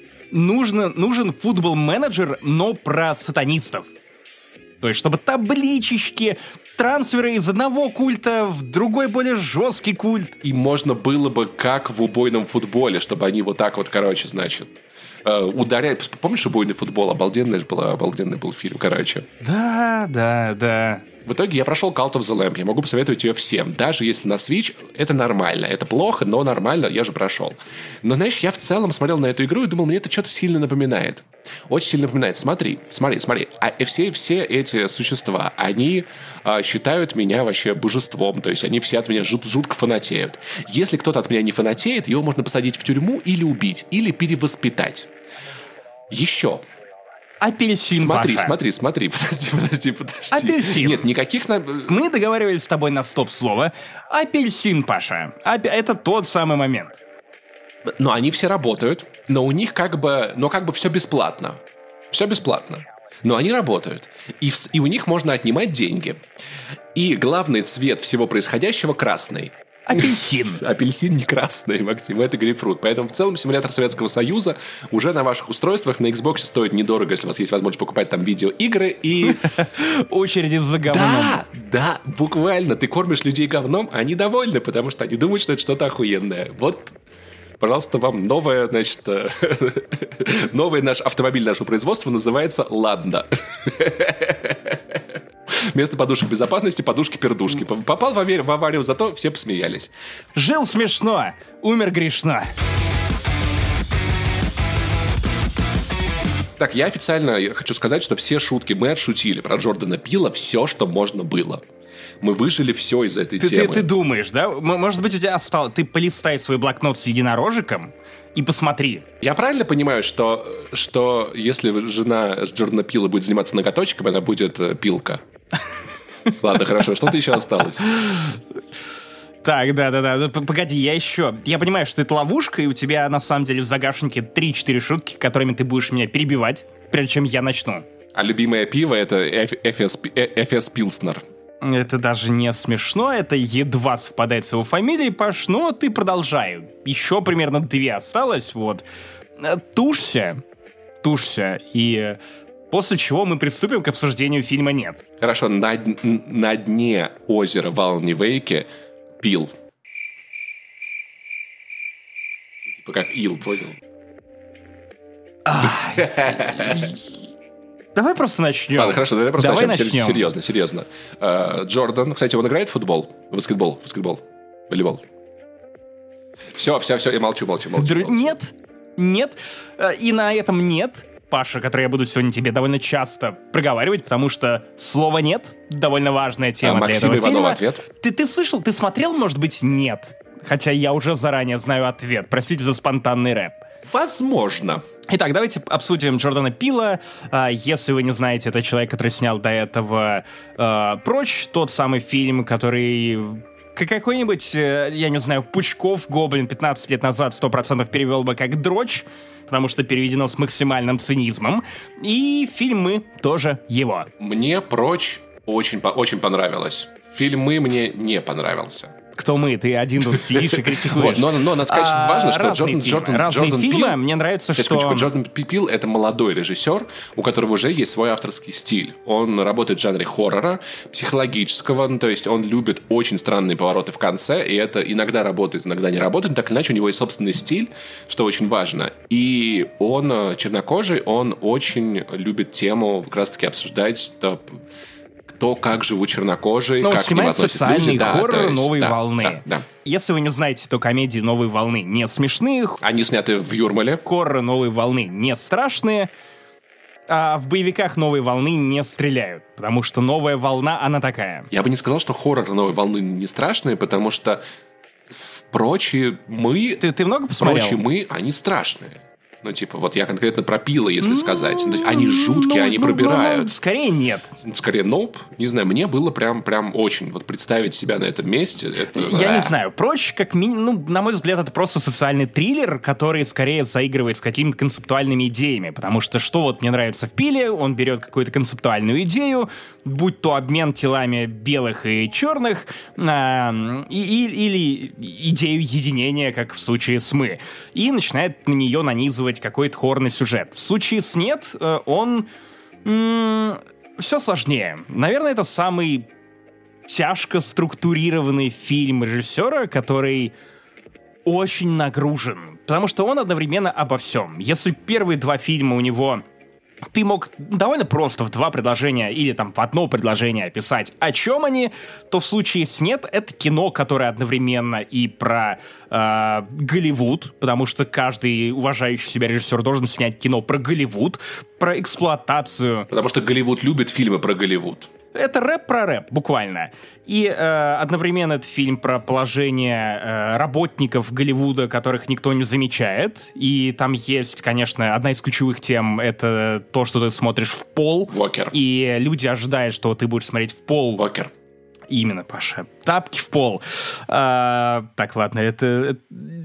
нужно, нужен футбол-менеджер, но про сатанистов. То есть, чтобы табличечки, трансферы из одного культа в другой более жесткий культ. И можно было бы, как в убойном футболе, чтобы они вот так вот, короче, значит, ударять. Помнишь убойный футбол? Обалденный был, обалденный был фильм, короче. Да, да, да. В итоге я прошел Cult of the Lamb. Я могу посоветовать ее всем. Даже если на Switch, это нормально. Это плохо, но нормально, я же прошел. Но, знаешь, я в целом смотрел на эту игру и думал, мне это что-то сильно напоминает. Очень сильно напоминает. Смотри, смотри, смотри. А все, все эти существа, они а, считают меня вообще божеством. То есть они все от меня жут, жутко фанатеют. Если кто-то от меня не фанатеет, его можно посадить в тюрьму или убить, или перевоспитать. Еще. Апельсин, Смотри, Паша. смотри, смотри, подожди, подожди, подожди. Апельсин. Нет, никаких... На... Мы договаривались с тобой на стоп-слово. Апельсин, Паша. Апи- Это тот самый момент. Но они все работают, но у них как бы... Но как бы все бесплатно. Все бесплатно. Но они работают. И, в... и у них можно отнимать деньги. И главный цвет всего происходящего красный. Апельсин. Апельсин не красный, Максим, это грейпфрут. Поэтому в целом симулятор Советского Союза уже на ваших устройствах на Xbox стоит недорого, если у вас есть возможность покупать там видеоигры и... Очереди за говном. Да, да, буквально. Ты кормишь людей говном, а они довольны, потому что они думают, что это что-то охуенное. Вот, пожалуйста, вам новое, значит... Новый наш автомобиль нашего производства называется «Ладно». Вместо подушек безопасности подушки-пердушки. Попал в аварию, в аварию, зато все посмеялись. Жил смешно, умер грешно. Так, я официально хочу сказать, что все шутки мы отшутили про Джордана Пила, все, что можно было. Мы выжили все из этой Ты, темы. ты, ты думаешь, да? М- Может быть, у тебя осталось... Ты полистай свой блокнот с единорожиком и посмотри. Я правильно понимаю, что, что если жена Джордана Пила будет заниматься ноготочком, она будет э, пилка? Ладно, хорошо. Что-то еще осталось? Так, да-да-да, погоди, я еще... Я понимаю, что это ловушка, и у тебя на самом деле в загашнике три-четыре шутки, которыми ты будешь меня перебивать, прежде чем я начну. А любимое пиво — это эф эс Пилснер. Это даже не смешно, это едва совпадает с его фамилией, Паш, но ты продолжай. Еще примерно две осталось, вот. Тушься, тушься, и после чего мы приступим к обсуждению фильма «Нет». Хорошо, на, на дне озера в Алане Вейке пил. Как ил, понял? Давай просто начнем. Ладно, хорошо, давай просто давай начнем. начнем. Серьезно, серьезно. Uh, Джордан, кстати, он играет в футбол? Баскетбол, баскетбол, волейбол. Все, все, все, я молчу, молчу, молчу. Др... молчу. Нет, нет. И на этом нет, Паша, который я буду сегодня тебе довольно часто проговаривать, потому что слово «нет» довольно важная тема а, для Максим этого Иванов фильма. ответ. Ты, ты слышал, ты смотрел, может быть, «нет»? Хотя я уже заранее знаю ответ. Простите за спонтанный рэп. Возможно. Итак, давайте обсудим Джордана Пила. А, если вы не знаете, это человек, который снял до этого а, «Прочь», тот самый фильм, который... Какой-нибудь, я не знаю, Пучков, Гоблин пятнадцать лет назад сто процентов перевел бы как «Дрочь», потому что переведено с максимальным цинизмом. И фильмы тоже его. Мне «Прочь» очень, очень понравилось. Фильмы мне не понравился. Кто мы? Ты один тут сидишь и критикуешь. Вот, но, но надо сказать, а, важно, что Джордан, Джордан, Джордан, разные Джордан фильмы. Пил... Мне нравится, что... Секундочку, Джордан Пил — это молодой режиссер, у которого уже есть свой авторский стиль. Он работает в жанре хоррора, психологического, ну, то есть он любит очень странные повороты в конце, и это иногда работает, иногда не работает, но так или иначе у него есть собственный стиль, что очень важно. И он чернокожий, он очень любит тему как раз-таки обсуждать... То, то, как живут чернокожие, ну, как к ним относятся социальный люди. хоррор да, есть, новой да, волны. Да, да. Если вы не знаете, то комедии новой волны не смешные. Они сняты в Юрмале. Хорроры новой волны не страшные. А в боевиках новой волны не стреляют. Потому что новая волна, она такая. Я бы не сказал, что хорроры новой волны не страшные, потому что прочие мы... Ты, ты много посмотрел? Прочие мы, они страшные. Ну, типа, вот я конкретно про Пила, если сказать. Ну, они жуткие, ну, они ну, пробирают. Ну, скорее нет. Скорее nope. Не знаю, мне было прям, прям очень. Вот представить себя на этом месте. Это... Я не знаю. Прочь, как минимум, ну, на мой взгляд, это просто социальный триллер, который скорее заигрывает с какими-то концептуальными идеями. Потому что что вот мне нравится в Пиле, он берет какую-то концептуальную идею, будь то обмен телами белых и черных, а, и, и, или идею единения, как в случае с «Мы», и начинает на нее нанизывать какой-то хоррорный сюжет. В случае с «Нет» он... М- все сложнее. Наверное, это самый тяжко структурированный фильм режиссера, который очень нагружен. Потому что он одновременно обо всем. Если первые два фильма у него... Ты мог довольно просто в два предложения или там в одно предложение описать, о чем они, то в случае с «Нет» это кино, которое одновременно и про э, Голливуд, потому что каждый уважающий себя режиссер должен снять кино про Голливуд, про эксплуатацию. Потому что Голливуд любит фильмы про Голливуд. Это рэп про рэп, буквально. И э, одновременно это фильм про положение э, работников Голливуда, которых никто не замечает. И там есть, конечно, одна из ключевых тем — это то, что ты смотришь в пол. Вокер. И люди ожидают, что ты будешь смотреть в пол. Вокер. Именно, Паша. Тапки в пол. А, так, ладно, это... это...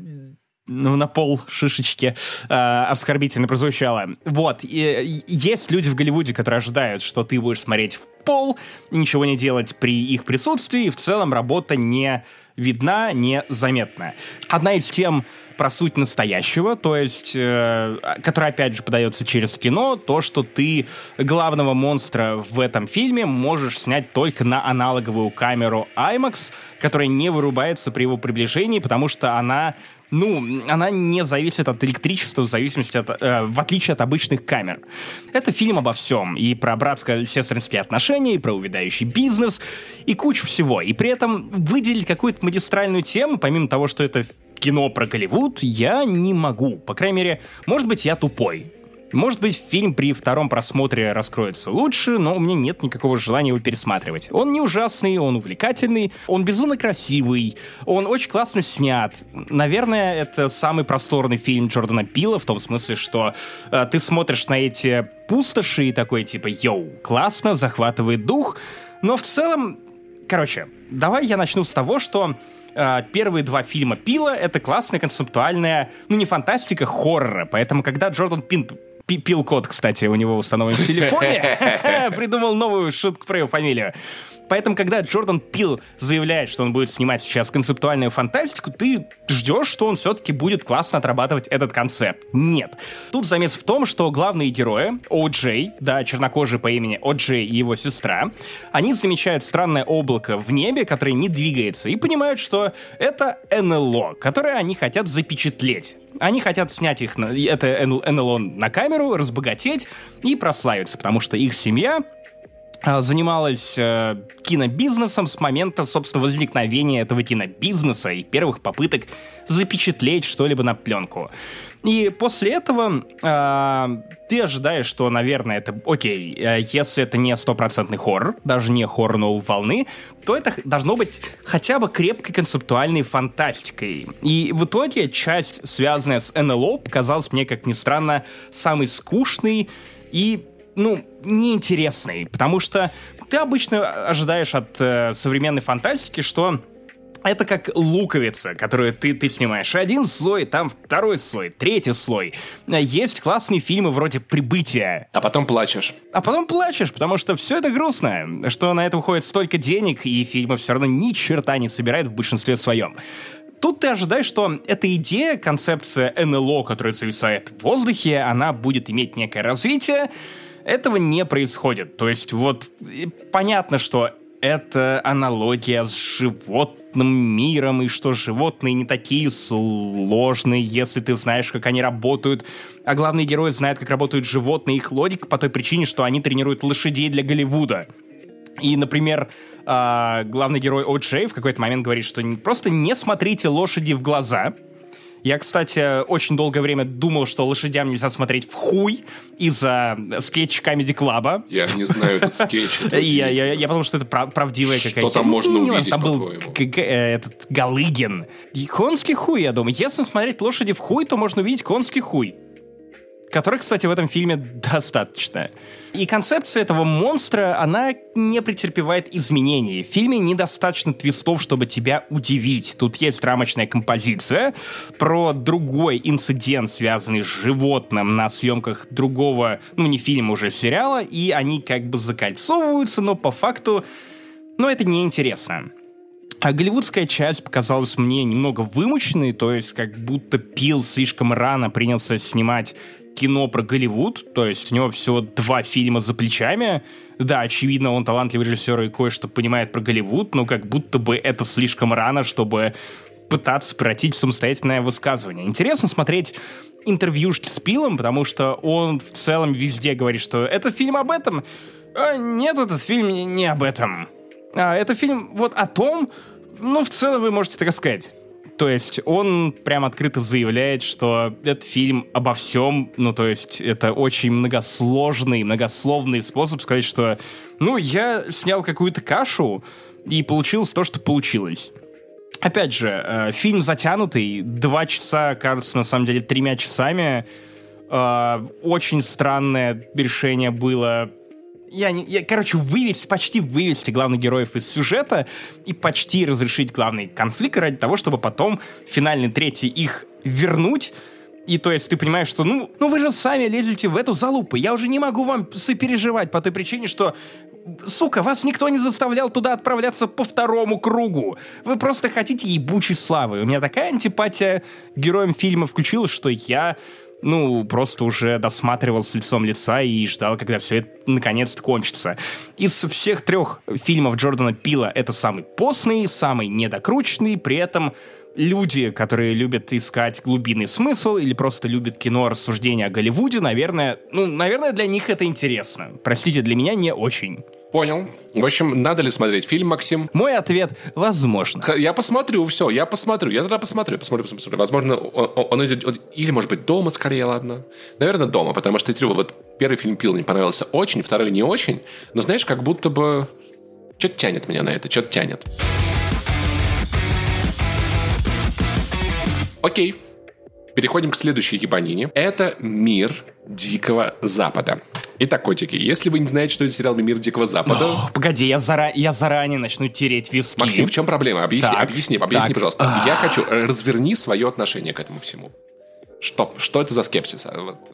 Ну, на пол шишечки э, оскорбительно прозвучало. Вот. И, есть люди в Голливуде, которые ожидают, что ты будешь смотреть в пол, ничего не делать при их присутствии, и в целом работа не видна, не заметна. Одна из тем про суть настоящего, то есть, э, которая, опять же, подается через кино, то, что ты главного монстра в этом фильме можешь снять только на аналоговую камеру IMAX, которая не вырубается при его приближении, потому что она... Ну, она не зависит от электричества в зависимости от, э, в отличие от обычных камер. Это фильм обо всем. И про братско-сестринские отношения, и про увядающий бизнес, и кучу всего. И при этом выделить какую-то магистральную тему, помимо того, что это кино про Голливуд, я не могу. По крайней мере, может быть, я тупой. Может быть, фильм при втором просмотре раскроется лучше, но у меня нет никакого желания его пересматривать. Он не ужасный, он увлекательный, он безумно красивый, он очень классно снят. Наверное, это самый просторный фильм Джордана Пила, в том смысле, что э, ты смотришь на эти пустоши и такой типа «Йоу, классно, захватывает дух», но в целом... Короче, давай я начну с того, что... Uh, первые два фильма Пила — это классная концептуальная, ну не фантастика, хоррора. Поэтому, когда Джордан Пин... Пил-код, кстати, у него установлен в телефоне, придумал новую шутку про его фамилию. Поэтому, когда Джордан Пил заявляет, что он будет снимать сейчас концептуальную фантастику, ты ждешь, что он все-таки будет классно отрабатывать этот концепт. Нет. Тут замес в том, что главные герои, О Джей, да, чернокожий по имени О Джей и его сестра, они замечают странное облако в небе, которое не двигается, и понимают, что это эн эл о, которое они хотят запечатлеть. Они хотят снять их, на, это эн эл о на камеру, разбогатеть и прославиться, потому что их семья занималась э, кинобизнесом с момента, собственно, возникновения этого кинобизнеса и первых попыток запечатлеть что-либо на пленку. И после этого э, ты ожидаешь, что, наверное, это окей, э, если это не стопроцентный хоррор, даже не хоррор новой волны, то это должно быть хотя бы крепкой концептуальной фантастикой. И в итоге часть, связанная с эн эл о, показалась мне, как ни странно, самой скучной и ну, неинтересный, потому что ты обычно ожидаешь от э, современной фантастики, что это как луковица, которую ты, ты снимаешь. Один слой, там второй слой, третий слой. Есть классные фильмы вроде «Прибытия». А потом плачешь. А потом плачешь, потому что все это грустно, что на это уходит столько денег, и фильмы все равно ни черта не собирают в большинстве своем. Тут ты ожидаешь, что эта идея, концепция эн эл о, которая зависает в воздухе, она будет иметь некое развитие. Этого не происходит. То есть вот понятно, что это аналогия с животным миром, и что животные не такие сложные, если ты знаешь, как они работают. А главные герои знают, как работают животные, их логика по той причине, что они тренируют лошадей для Голливуда. И, например, главный герой О Джей в какой-то момент говорит, что просто не смотрите лошади в глаза. Я, кстати, очень долгое время думал, что лошадям нельзя смотреть в хуй из-за скетч Comedy Club. Я не знаю этот скетч. Я, я, я подумал, что это прав, правдивая какая-то... Что там можно ну, увидеть, там был по-твоему? Этот Галыгин. И конский хуй, я думаю. Если смотреть лошади в хуй, то можно увидеть конский хуй. Который, кстати, в этом фильме достаточно. И концепция этого монстра, она не претерпевает изменений. В фильме недостаточно твистов, чтобы тебя удивить. Тут есть рамочная композиция про другой инцидент, связанный с животным на съемках другого, ну не фильма, уже сериала, и они как бы закольцовываются, но по факту, ну это неинтересно. А голливудская часть показалась мне немного вымученной, то есть как будто Пил слишком рано принялся снимать кино про Голливуд, то есть у него всего два фильма за плечами. Да, очевидно, он талантливый режиссер и кое-что понимает про Голливуд, но как будто бы это слишком рано, чтобы пытаться превратить в самостоятельное высказывание. Интересно смотреть интервьюшки с Пилом, потому что он в целом везде говорит, что это фильм об этом. А нет, этот фильм не об этом. А это фильм вот о том, ну, в целом вы можете так сказать. То есть он прям открыто заявляет, что этот фильм обо всем, ну, то есть это очень многосложный, многословный способ сказать, что, ну, я снял какую-то кашу, и получилось то, что получилось. Опять же, э, фильм затянутый, два часа кажется, на самом деле, тремя часами. Э, очень странное решение было... Я, не, я, короче, вывести, почти вывести главных героев из сюжета и почти разрешить главный конфликт ради того, чтобы потом в финальной трети их вернуть. И то есть ты понимаешь, что ну, ну вы же сами лезете в эту залупу. Я уже не могу вам сопереживать по той причине, что, сука, вас никто не заставлял туда отправляться по второму кругу. Вы просто хотите ебучей славы. У меня такая антипатия к героям фильма включилась, что я... ну, просто уже досматривал с лицом лица и ждал, когда все это наконец-то кончится. Из всех трех фильмов Джордана Пила это самый постный, самый недокрученный, при этом люди, которые любят искать глубинный смысл или просто любят кино, рассуждения о Голливуде, наверное, ну, наверное, для них это интересно. Простите, для меня не очень. Понял. В общем, надо ли смотреть фильм, Максим? Мой ответ – возможно. Я посмотрю, все, я посмотрю. Я тогда посмотрю, посмотрю, посмотрю. Возможно, он, он идет... Или, может быть, дома скорее, ладно. Наверное, дома, потому что, я вот первый фильм Пил мне понравился очень, второй не очень. Но, знаешь, как будто бы... Что-то тянет меня на это, что-то тянет. Окей. Переходим к следующей ебанине. Это «Мир Дикого Запада». Итак, котики, если вы не знаете, что это сериал «Мир Дикого Запада». О, погоди, я, зара... я заранее начну тереть виски. Максим, в чем проблема? Объясни, так, объясни, объясни, так. пожалуйста. А-а-а. Я хочу, разверни свое отношение к этому всему. Что, что это за скепсис? Вот.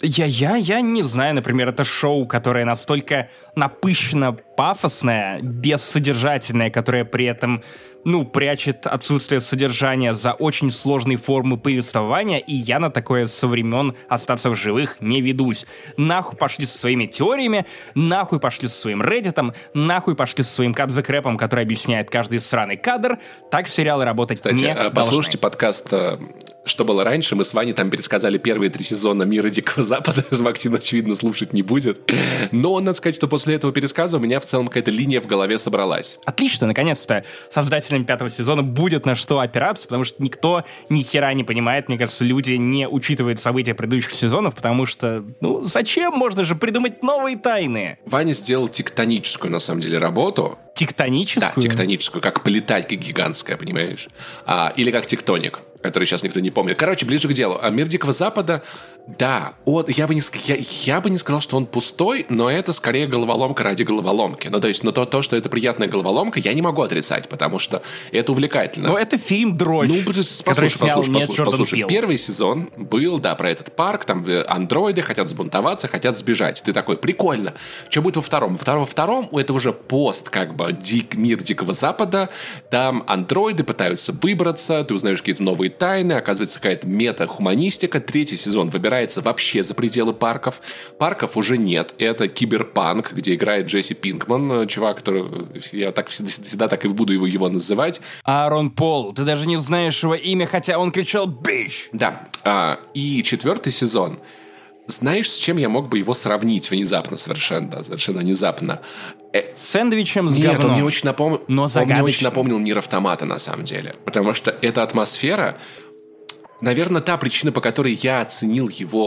Я, я, я не знаю, например, это шоу, которое настолько напыщенно пафосное, бессодержательное, которое при этом, ну, прячет отсутствие содержания за очень сложные формы повествования, и я на такое со времен «Остаться в живых» не ведусь. Нахуй пошли со своими теориями, нахуй пошли со своим реддитом, нахуй пошли со своим кат-за-крэпом, который объясняет каждый сраный кадр. Так сериалы работать Кстати, не послушайте должны. подкаст «Что было раньше». Мы с Ваней там пересказали первые три сезона «Мира Дикого Запада». Максим, очевидно, слушать не будет. Но надо сказать, что после этого пересказа у меня в целом какая-то линия в голове собралась. Отлично, наконец-то создателям пятого сезона будет на что опираться, потому что никто ни хера не понимает, мне кажется, люди не учитывают события предыдущих сезонов, потому что, ну, зачем? Можно же придумать новые тайны. Ваня сделал тектоническую, на самом деле, работу. Тектоническую? Да, тектоническую, как полетать, как гигантская, понимаешь? А, или как тектоник, который сейчас никто не помнит. Короче, ближе к делу. А «Мир Дикого Запада», да, вот, я, бы не, я, я бы не сказал, что он пустой, но это скорее головоломка ради головоломки. Ну, то есть, ну, то, то, что это приятная головоломка, я не могу отрицать, потому что это увлекательно. Но это фильм «Дрочь», ну, послушай, послушай, послушай, послушай. Первый сезон был, да, про этот парк, там андроиды хотят сбунтоваться, хотят сбежать. Ты такой, прикольно. Что будет во втором? Во втором, во втором это уже пост, как бы, дик, мир Дикого Запада. Там андроиды пытаются выбраться, ты узнаешь какие-то новые тайны, оказывается, какая-то мета-хуманистика. Третий сезон выбирается вообще за пределы парков. Парков уже нет. Это киберпанк, где играет Джесси Пинкман, чувак, который... Я так всегда, всегда так и буду его, его называть. Аарон Пол. Ты даже не знаешь его имя, хотя он кричал «Бич!». Да. А, и четвертый сезон. Знаешь, с чем я мог бы его сравнить внезапно совершенно? Да, совершенно внезапно. Э... С сэндвичем с Нет, говном. он мне очень напомнил... Но он мне очень напомнил «Нир Автомата», на самом деле. Потому что эта атмосфера... Наверное, та причина, по которой я оценил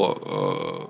его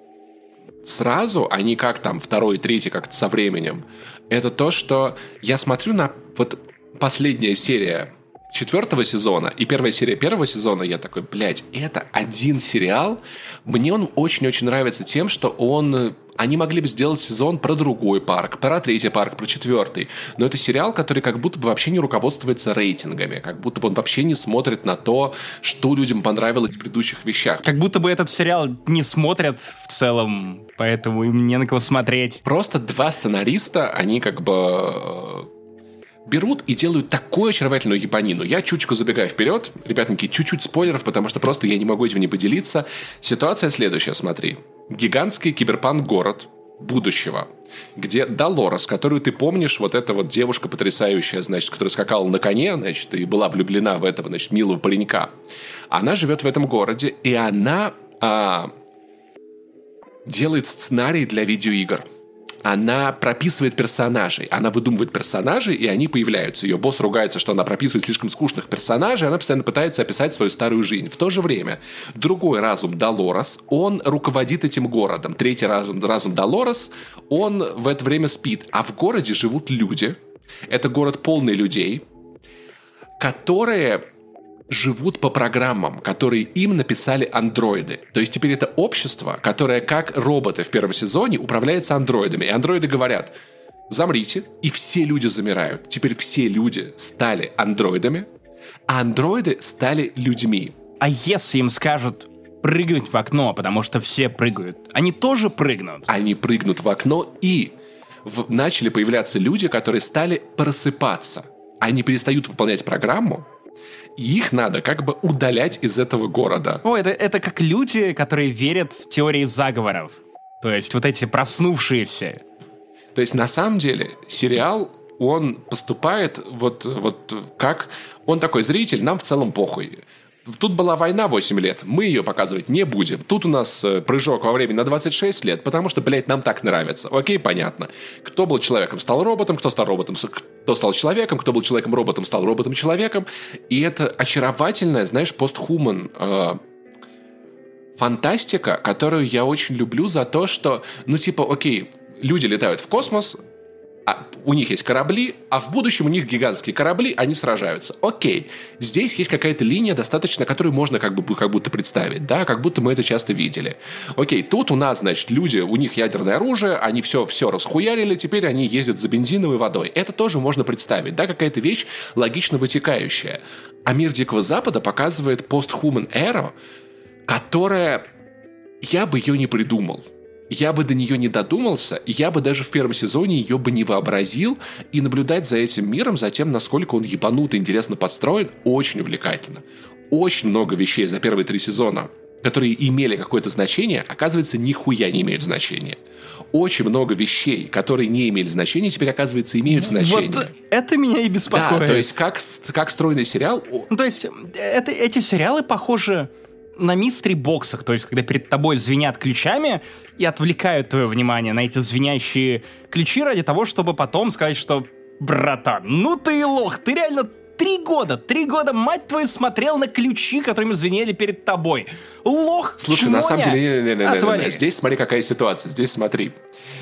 э, сразу, а не как там второй, третий, как-то со временем, это то, что я смотрю на вот последняя серия четвертого сезона и первая серия первого сезона, я такой, блядь, это один сериал. Мне он очень-очень нравится тем, что он... Они могли бы сделать сезон про другой парк, про третий парк, про четвертый. Но это сериал, который как будто бы вообще не руководствуется рейтингами. Как будто бы он вообще не смотрит на то, что людям понравилось в предыдущих вещах. Как будто бы этот сериал не смотрят в целом, поэтому им не на кого смотреть. Просто два сценариста, они как бы... берут и делают такую очаровательную ебанину. Я чуточку забегаю вперед. Ребятники, чуть-чуть спойлеров, потому что просто я не могу этим не поделиться. Ситуация следующая, смотри. Гигантский киберпанк-город будущего, где Долорес, которую ты помнишь, вот эта вот девушка потрясающая, значит, которая скакала на коне, значит, и была влюблена в этого, значит, милого паренька. Она живет в этом городе, и она а, делает сценарий для видеоигр. Она прописывает персонажей. Она выдумывает персонажей, и они появляются. Ее босс ругается, что она прописывает слишком скучных персонажей. Она постоянно пытается описать свою старую жизнь. В то же время другой разум Долорес, он руководит этим городом. Третий разум, разум Долорес, он в это время спит. А в городе живут люди. Это город полный людей, которые... живут по программам, которые им написали андроиды. То есть теперь это общество, которое, как роботы в первом сезоне, управляется андроидами. И андроиды говорят, замрите, и все люди замирают. Теперь все люди стали андроидами, а андроиды стали людьми. А если им скажут прыгнуть в окно, потому что все прыгают, они тоже прыгнут? Они прыгнут в окно, и в... начали появляться люди, которые стали просыпаться. Они перестают выполнять программу, и их надо как бы удалять из этого города. О, это, это как люди, которые верят в теории заговоров. То есть вот эти проснувшиеся. То есть на самом деле сериал, он поступает вот, вот как... Он такой зритель, нам в целом похуй. Тут была война восемь лет, мы ее показывать не будем. Тут у нас прыжок во времени на двадцать шесть лет, потому что, блядь, нам так нравится. Окей, понятно. Кто был человеком, стал роботом, кто стал роботом, кто стал человеком, кто был человеком-роботом, стал роботом-человеком. И это очаровательная, знаешь, постхуман э, фантастика, которую я очень люблю за то, что, ну, типа, окей, люди летают в космос, а у них есть корабли, а в будущем у них гигантские корабли, они сражаются. Окей, здесь есть какая-то линия достаточно, которую можно как бы как будто представить, да, как будто мы это часто видели. Окей, тут у нас, значит, люди, у них ядерное оружие, они все, все расхуярили, теперь они ездят за бензиновой водой. Это тоже можно представить, да, какая-то вещь логично вытекающая. А «Мир Дикого Запада» показывает post-human era, которая я бы ее не придумал. Я бы до нее не додумался, я бы даже в первом сезоне ее бы не вообразил, и наблюдать за этим миром, за тем, насколько он ебанут и интересно построен, очень увлекательно. Очень много вещей за первые три сезона, которые имели какое-то значение, оказывается, нихуя не имеют значения. Очень много вещей, которые не имели значения, теперь, оказывается, имеют значение. Вот это меня и беспокоит. Да, то есть как, как стройный сериал... Ну, то есть это, эти сериалы похожи на мистери-боксах, то есть когда перед тобой звенят ключами и отвлекают твое внимание на эти звенящие ключи ради того, чтобы потом сказать, что братан, ну ты лох, ты реально три года, три года, мать твою, смотрел на ключи, которыми звенели перед тобой. Лох, Слушай, чмоня, на самом деле, не, не, не, не, отвали. не, не. Здесь смотри, какая ситуация, здесь смотри.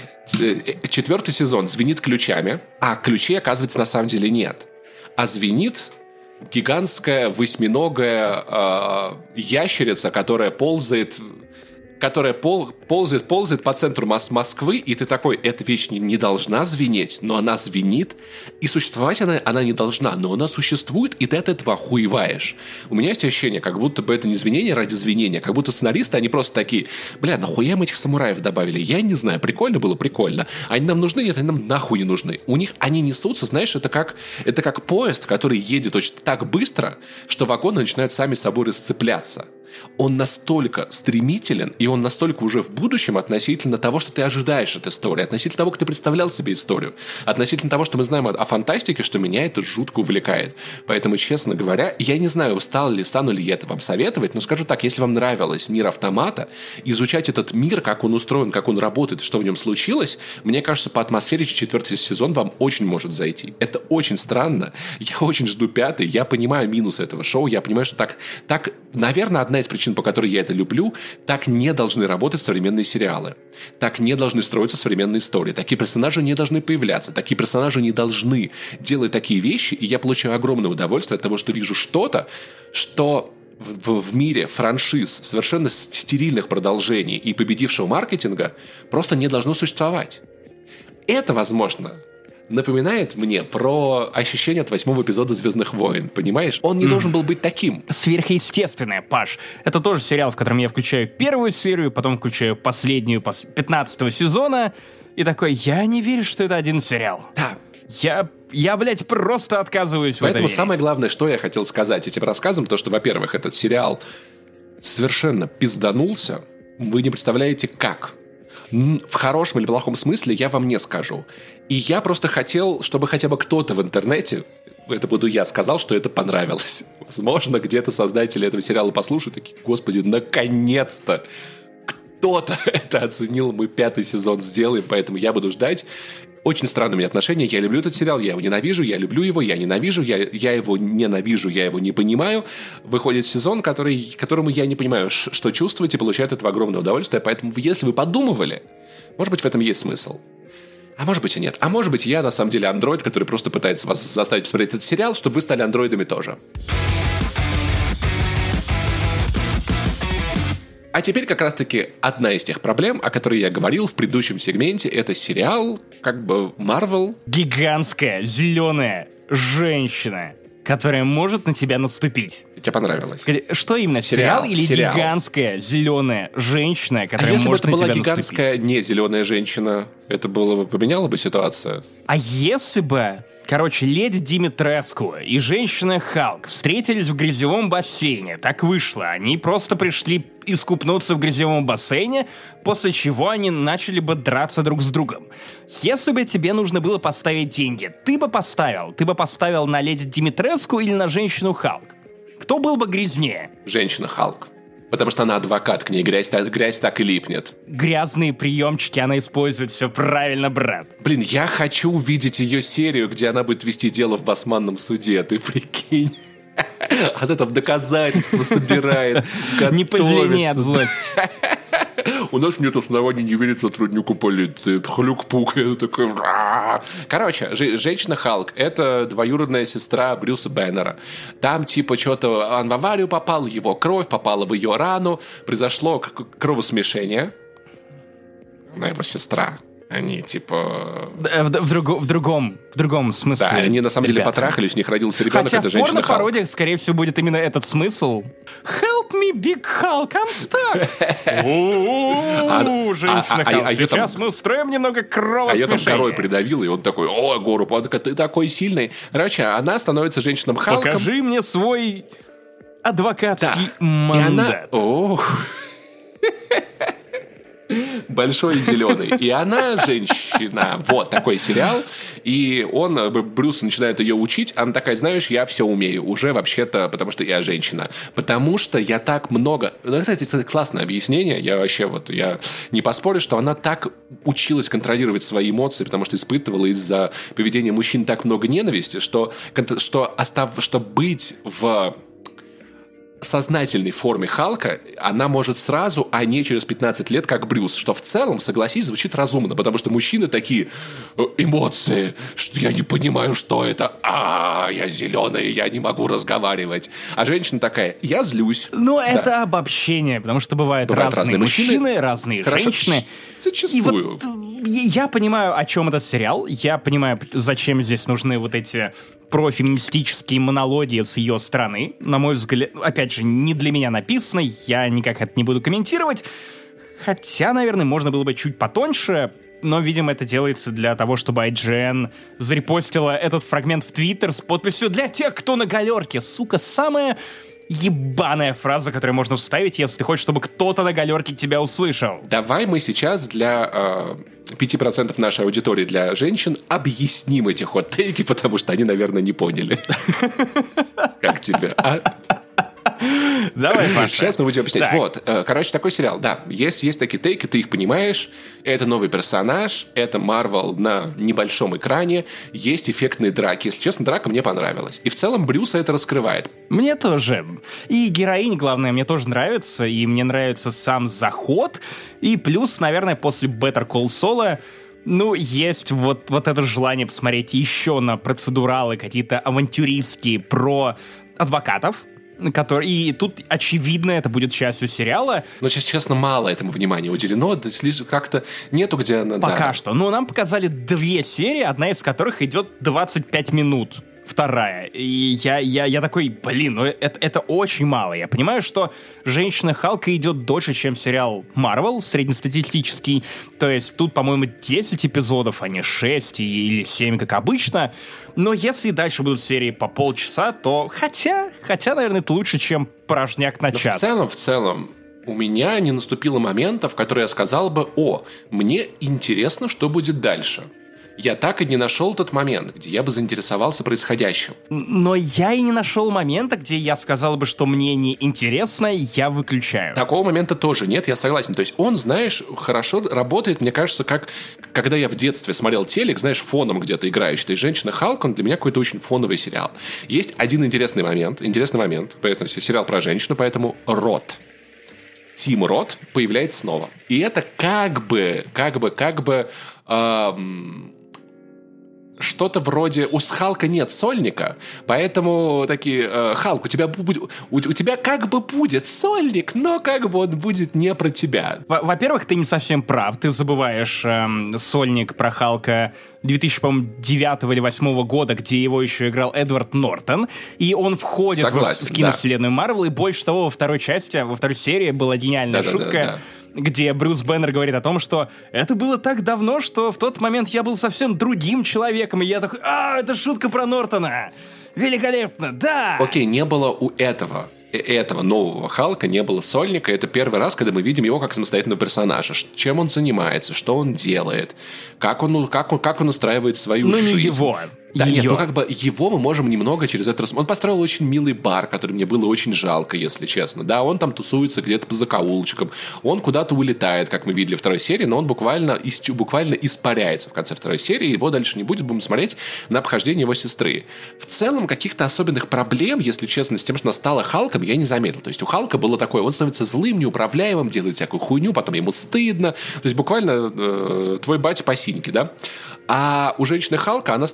Четвертый сезон звенит ключами, а ключей, оказывается, на самом деле нет. А звенит гигантская восьминогая э, ящерица, которая ползает, которая пол, ползает, ползает по центру Мос- Москвы, и ты такой, эта вещь не, не должна звенеть, но она звенит, и существовать она, она не должна, но она существует, и ты от этого охуеваешь. У меня есть ощущение, как будто бы это не звенение ради звенения, как будто сценаристы, они просто такие, бля, нахуя мы этих самураев добавили? Я не знаю, прикольно было, прикольно. Они нам нужны? Нет, они нам нахуй не нужны. У них они несутся, знаешь, это как, это как поезд, который едет очень так быстро, что вагоны начинают сами с собой расцепляться. Он настолько стремителен, и он настолько уже в будущем относительно того, что ты ожидаешь от истории, относительно того, как ты представлял себе историю, относительно того, что мы знаем о, о фантастике, что меня это жутко увлекает. Поэтому, честно говоря, я не знаю, стал ли, стану ли я это вам советовать, но скажу так, если вам нравилось Нир Автомата, изучать этот мир, как он устроен, как он работает, что в нем случилось, мне кажется, по атмосфере четвертый сезон вам очень может зайти. Это очень странно. Я очень жду пятый, я понимаю минусы этого шоу, я понимаю, что так, так наверное, одна из причин, по которой я это люблю, так не должны работать современные сериалы. Так не должны строиться современные истории. Такие персонажи не должны появляться. Такие персонажи не должны делать такие вещи. И я получаю огромное удовольствие от того, что вижу что-то, что в, в мире франшиз совершенно стерильных продолжений и победившего маркетинга просто не должно существовать. Это, возможно, напоминает мне про ощущение от восьмого эпизода «Звездных войн», понимаешь? Он не mm. должен был быть таким. Сверхъестественное, Паш. Это тоже сериал, в котором я включаю первую серию, потом включаю последнюю пятнадцатого сезона, и такой, я не верю, что это один сериал. Да. Я, я, блядь, просто отказываюсь в это Поэтому верить. самое главное, что я хотел сказать этим рассказом, то, что, во-первых, этот сериал совершенно пизданулся, вы не представляете, как. В хорошем или плохом смысле я вам не скажу. И я просто хотел, чтобы хотя бы кто-то в интернете, это буду я, сказал, что это понравилось. Возможно, где-то создатели этого сериала послушают, такие, господи, наконец-то кто-то это оценил, мы пятый сезон сделаем, поэтому я буду ждать. Очень странные у меня отношения, я люблю этот сериал, я его ненавижу, я люблю его, я ненавижу, я, я его ненавижу, я его не понимаю. Выходит сезон, который, которому я не понимаю, что чувствовать, и получаю от этого огромное удовольствие, поэтому если вы подумывали, может быть, в этом есть смысл. А может быть и нет. А может быть, я на самом деле андроид, который просто пытается вас заставить посмотреть этот сериал, чтобы вы стали андроидами тоже. А теперь как раз-таки одна из тех проблем, о которой я говорил в предыдущем сегменте, это сериал, как бы, Marvel. Гигантская, зеленая женщина, которая может на тебя наступить. Тебе понравилось? Что именно, сериал, сериал или сериал. Гигантская зеленая женщина, которая а если может бы на это была тебя гигантская наступить? не зеленая женщина, это было бы, поменяло бы ситуацию? А если бы, короче, леди Димитреску и женщина Халк встретились в грязевом бассейне, так вышло, они просто пришли искупнуться в грязевом бассейне, после чего они начали бы драться друг с другом. Если бы тебе нужно было поставить деньги, ты бы поставил, ты бы поставил на леди Димитреску или на женщину Халк? Кто был бы грязнее? Женщина Халк. Потому что она адвокат, к ней грязь, грязь так и липнет. Грязные приемчики она использует, все правильно, брат. Блин, я хочу увидеть ее серию, где она будет вести дело в басманном суде, ты прикинь. От этого доказательства собирает, готовится. Не позелени от злости. У нас нет оснований не верить сотруднику полиции. Хлюк-пук. Такой... Короче, женщина Халк — это двоюродная сестра Брюса Бэннера. Там типа что-то он в аварию попал, его кровь попала в ее рану, произошло кровосмешение. Она его сестра. Они, типа... В, в, друго, в, другом, в другом смысле. Да, они на самом деле ребята. потрахались, у них родился ребенок, Хотя это в женщина Халк. порно-пародиях, скорее всего, будет именно этот смысл. Help me, big Hulk, I'm stuck. О, женщина Халк, сейчас мы устроим немного кровосмешения. А ее там горой придавил, и он такой, о, гору, ты такой сильный. Короче, она становится женщином Халком. Покажи мне свой адвокатский мандат. Ох... Большой и зеленый. И она женщина. Вот такой сериал. И он, Брюс начинает ее учить. Она такая, знаешь, я все умею уже вообще-то, потому что я женщина. Потому что я так много... Ну, кстати, это классное объяснение. Я вообще вот... Я не поспорю, что она так училась контролировать свои эмоции, потому что испытывала из-за поведения мужчин так много ненависти, что, что, остав, что быть в... сознательной форме Халка она может сразу, а не через пятнадцать лет, как Брюс. Что в целом, согласись, звучит разумно, потому что мужчины такие, эмоции, что я не понимаю, что это. А, я зеленый, я не могу разговаривать. А женщина такая, я злюсь. Ну, да. это обобщение, потому что бывают, бывают разные, разные мужчины, мужчины, разные Хорошо, женщины. Зачастую. И вот я понимаю, о чем этот сериал, я понимаю, зачем здесь нужны вот эти профеминистические монологи с ее стороны. На мой взгляд, опять же, не для меня написано, я никак это не буду комментировать. Хотя, наверное, можно было бы чуть потоньше, но, видимо, это делается для того, чтобы ай джи эн зарепостила этот фрагмент в Твиттер с подписью «Для тех, кто на галерке». Сука, самая ебаная фраза, которую можно вставить, если ты хочешь, чтобы кто-то на галерке тебя услышал. Давай мы сейчас для э, пяти процентов нашей аудитории для женщин объясним эти хот-тейки, потому что они, наверное, не поняли. Как тебе, а? Давай, Паша. Сейчас мы будем объяснять. Так. Вот, короче, такой сериал. Да, есть, есть такие тейки, ты их понимаешь. Это новый персонаж, это Марвел на небольшом экране. Есть эффектные драки. Если честно, драка мне понравилась. И в целом Брюса это раскрывает. Мне тоже. И героинь, главное, мне тоже нравится. И мне нравится сам заход. И плюс, наверное, после Better Call Saul... Ну, есть вот, вот это желание посмотреть еще на процедуралы какие-то авантюристские про адвокатов. Который, и тут, очевидно, это будет частью сериала. Но, сейчас, честно, мало этому внимания уделено. Да, слишком как-то нету, где она... Пока да. что. Но нам показали две серии, одна из которых идет двадцать пять минут. Вторая. И я, я, я такой, блин, ну это, это очень мало. Я понимаю, что «Женщина Халка» идет дольше, чем сериал «Марвел» среднестатистический. То есть тут, по-моему, десять эпизодов, а не шесть или семь, как обычно. Но если дальше будут серии по полчаса, то хотя, хотя, наверное, это лучше, чем порожняк на час. В целом, в целом, у меня не наступило момента, в который я сказал бы, о, мне интересно, что будет дальше. Я так и не нашел тот момент, где я бы заинтересовался происходящим. Но я и не нашел момента, где я сказал бы, что мне не интересно, я выключаю. Такого момента тоже нет, я согласен. То есть он, знаешь, хорошо работает, мне кажется, как когда я в детстве смотрел телек, знаешь, фоном где-то играющий. То есть «Женщина Халк», он для меня какой-то очень фоновый сериал. Есть один интересный момент, интересный момент, поэтому сериал про женщину, поэтому Рот. Тим Рот появляется снова. И это как бы, как бы, как бы... Эм, что-то вроде у Халка нет сольника, поэтому такие э, Халк, у тебя будет, у, у тебя как бы будет сольник, но как бы он будет не про тебя. Во-первых, ты не совсем прав, ты забываешь эм, сольник про Халка две тысячи девятого или две тысячи восьмого года, где его еще играл Эдвард Нортон, и он входит Согласен, в, в киновселенную да. Марвел, и больше того, во второй части, во второй серии была гениальная да, шутка, да, да, да. где Брюс Бэннер говорит о том, что это было так давно, что в тот момент я был совсем другим человеком, и я такой, а, это шутка про Нортона! Великолепно, да! Окей, не было у этого, этого нового Халка, не было сольника. Это первый раз, когда мы видим его как самостоятельного персонажа. Чем он занимается, что он делает, как он, как он, как он устраивает свою ну, жизнь. Ну, не его. Да, Ее. нет, ну как бы его мы можем немного через это рассмотреть. Он построил очень милый бар, который мне было очень жалко, если честно. Да, он там тусуется где-то по закоулочкам. Он куда-то улетает, как мы видели в второй серии, но он буквально, буквально испаряется в конце второй серии. Его дальше не будет, будем смотреть на обхождение его сестры. В целом, каких-то особенных проблем, если честно, с тем, что она стала Халком, я не заметил. То есть у Халка было такое, он становится злым, неуправляемым, делает всякую хуйню, потом ему стыдно. То есть буквально э, твой батя по синьке, да? А у женщины Халка она стала злой,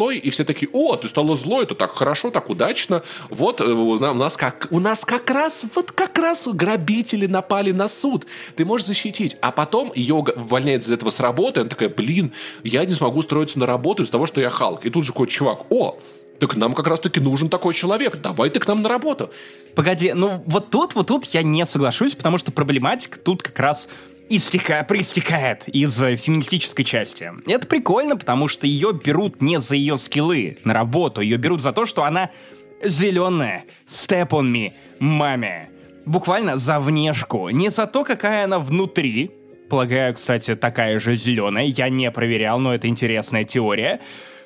злой, и все такие: о, ты стала злой, это так хорошо, так удачно. Вот у нас как, у нас как раз, вот как раз грабители напали на суд. Ты можешь защитить. А потом ее увольняют из этого с работы, и она такая: блин, я не смогу устроиться на работу из-за того, что я Халк. И тут же какой-то чувак: о, так нам как раз-таки нужен такой человек, давай ты к нам на работу. Погоди, ну вот тут, вот тут я не соглашусь, потому что проблематика тут как раз истека, проистекает из феминистической части. Это прикольно, потому что ее берут не за ее скиллы на работу, ее берут за то, что она зеленая, step on me, маме. Буквально за внешку, не за то, какая она внутри. Полагаю, кстати, такая же зеленая, я не проверял, но это интересная теория.